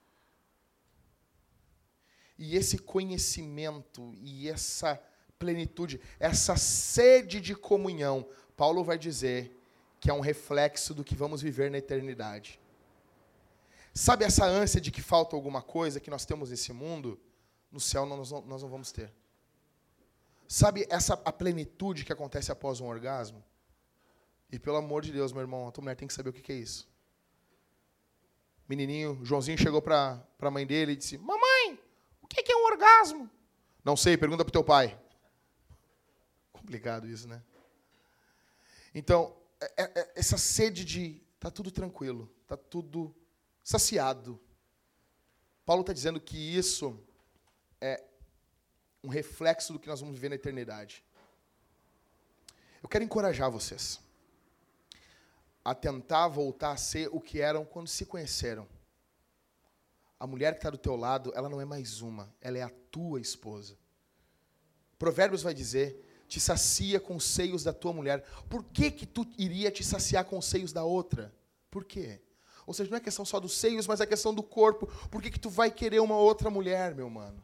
Speaker 1: E esse conhecimento e essa plenitude, essa sede de comunhão, Paulo vai dizer que é um reflexo do que vamos viver na eternidade. Sabe essa ânsia de que falta alguma coisa que nós temos nesse mundo? No céu nós não vamos ter. Sabe a plenitude que acontece após um orgasmo? E pelo amor de Deus, meu irmão, a tua mulher tem que saber o que é isso. Menininho, Joãozinho chegou para a mãe dele e disse, mamãe, o que é um orgasmo? Não sei, pergunta para o teu pai. Complicado isso, né? Então, essa sede de tá tudo tranquilo, tá tudo saciado. Paulo está dizendo que isso é um reflexo do que nós vamos viver na eternidade. Eu quero encorajar vocês a tentar voltar a ser o que eram quando se conheceram. A mulher que está do teu lado, ela não é mais uma, ela é a tua esposa. Provérbios vai dizer, te sacia com os seios da tua mulher. Por que tu iria te saciar com os seios da outra? Por quê? Ou seja, não é questão só dos seios, mas é questão do corpo. Por que tu vai querer uma outra mulher, meu mano?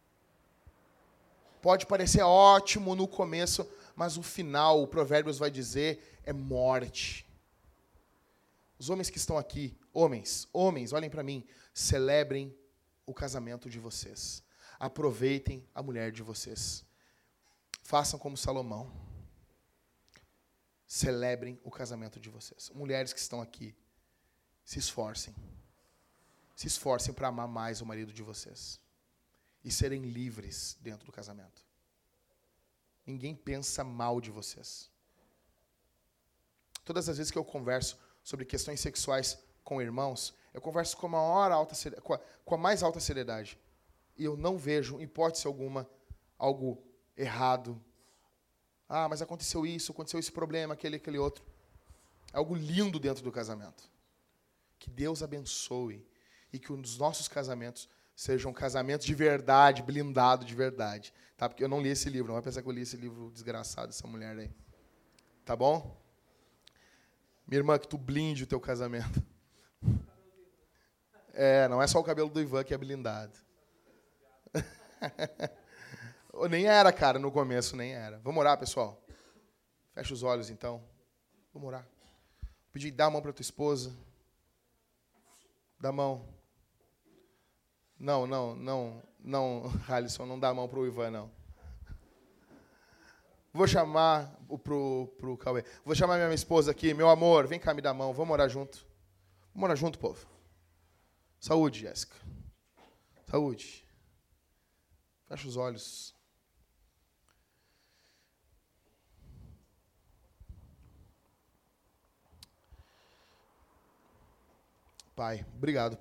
Speaker 1: Pode parecer ótimo no começo, mas o final, o Provérbios vai dizer, é morte. Os homens que estão aqui, homens, olhem para mim, celebrem o casamento de vocês. Aproveitem a mulher de vocês. Façam como Salomão. Celebrem o casamento de vocês. Mulheres que estão aqui, se esforcem. Se esforcem para amar mais o marido de vocês. E serem livres dentro do casamento. Ninguém pensa mal de vocês. Todas as vezes que eu converso sobre questões sexuais com irmãos, eu converso com a mais alta seriedade. E eu não vejo, em hipótese alguma, algo errado. Ah, mas aconteceu esse problema, aquele outro. É algo lindo dentro do casamento. Que Deus abençoe. e que os nossos casamentos sejam casamentos de verdade, blindado de verdade. Tá? Porque eu não li esse livro, não vai pensar que eu li esse livro desgraçado, essa mulher aí. Tá bom? Minha irmã, que tu blinde o teu casamento. Não é só o cabelo do Ivan que é blindado. Nem era, cara, no começo, nem era. Vamos orar, pessoal? Fecha os olhos, então. Vamos orar. Pedir, dá a mão para tua esposa. Dá a mão. Não, Alisson, não dá a mão para o Ivan, não. Vou chamar pro Cauê. Vou chamar minha esposa aqui. Meu amor, vem cá, me dá a mão. Vamos orar junto. Vamos orar junto, povo. Saúde, Jéssica. Saúde. Fecha os olhos. Pai, obrigado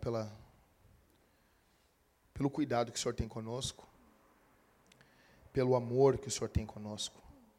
Speaker 1: pelo cuidado que o Senhor tem conosco, pelo amor que o Senhor tem conosco.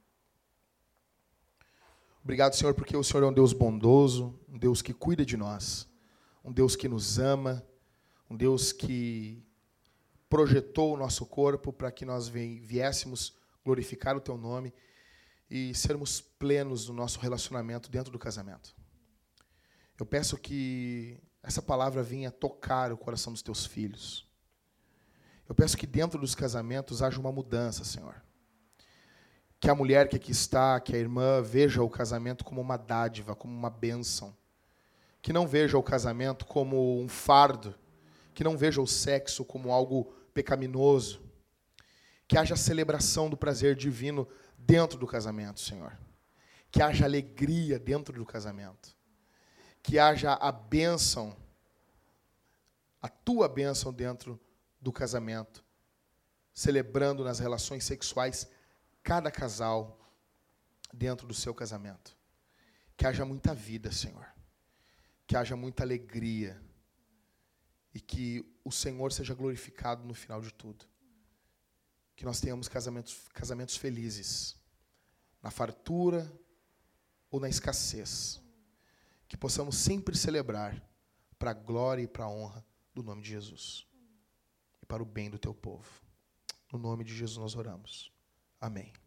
Speaker 1: Obrigado, Senhor, porque o Senhor é um Deus bondoso, um Deus que cuida de nós, um Deus que nos ama, um Deus que projetou o nosso corpo para que nós viéssemos glorificar o Teu nome e sermos plenos no nosso relacionamento dentro do casamento. Eu peço que essa palavra venha tocar o coração dos Teus filhos. Eu peço que dentro dos casamentos haja uma mudança, Senhor. Que a mulher que aqui está, que a irmã, veja o casamento como uma dádiva, como uma bênção. Que não veja o casamento como um fardo. Que não veja o sexo como algo pecaminoso. Que haja celebração do prazer divino dentro do casamento, Senhor. Que haja alegria dentro do casamento. Que haja a bênção, a tua bênção dentro do casamento, celebrando nas relações sexuais cada casal dentro do seu casamento. Que haja muita vida, Senhor. Que haja muita alegria. E que o Senhor seja glorificado no final de tudo. Que nós tenhamos casamentos felizes, na fartura ou na escassez. Que possamos sempre celebrar para a glória e para a honra do nome de Jesus. E para o bem do teu povo. No nome de Jesus nós oramos. Amém.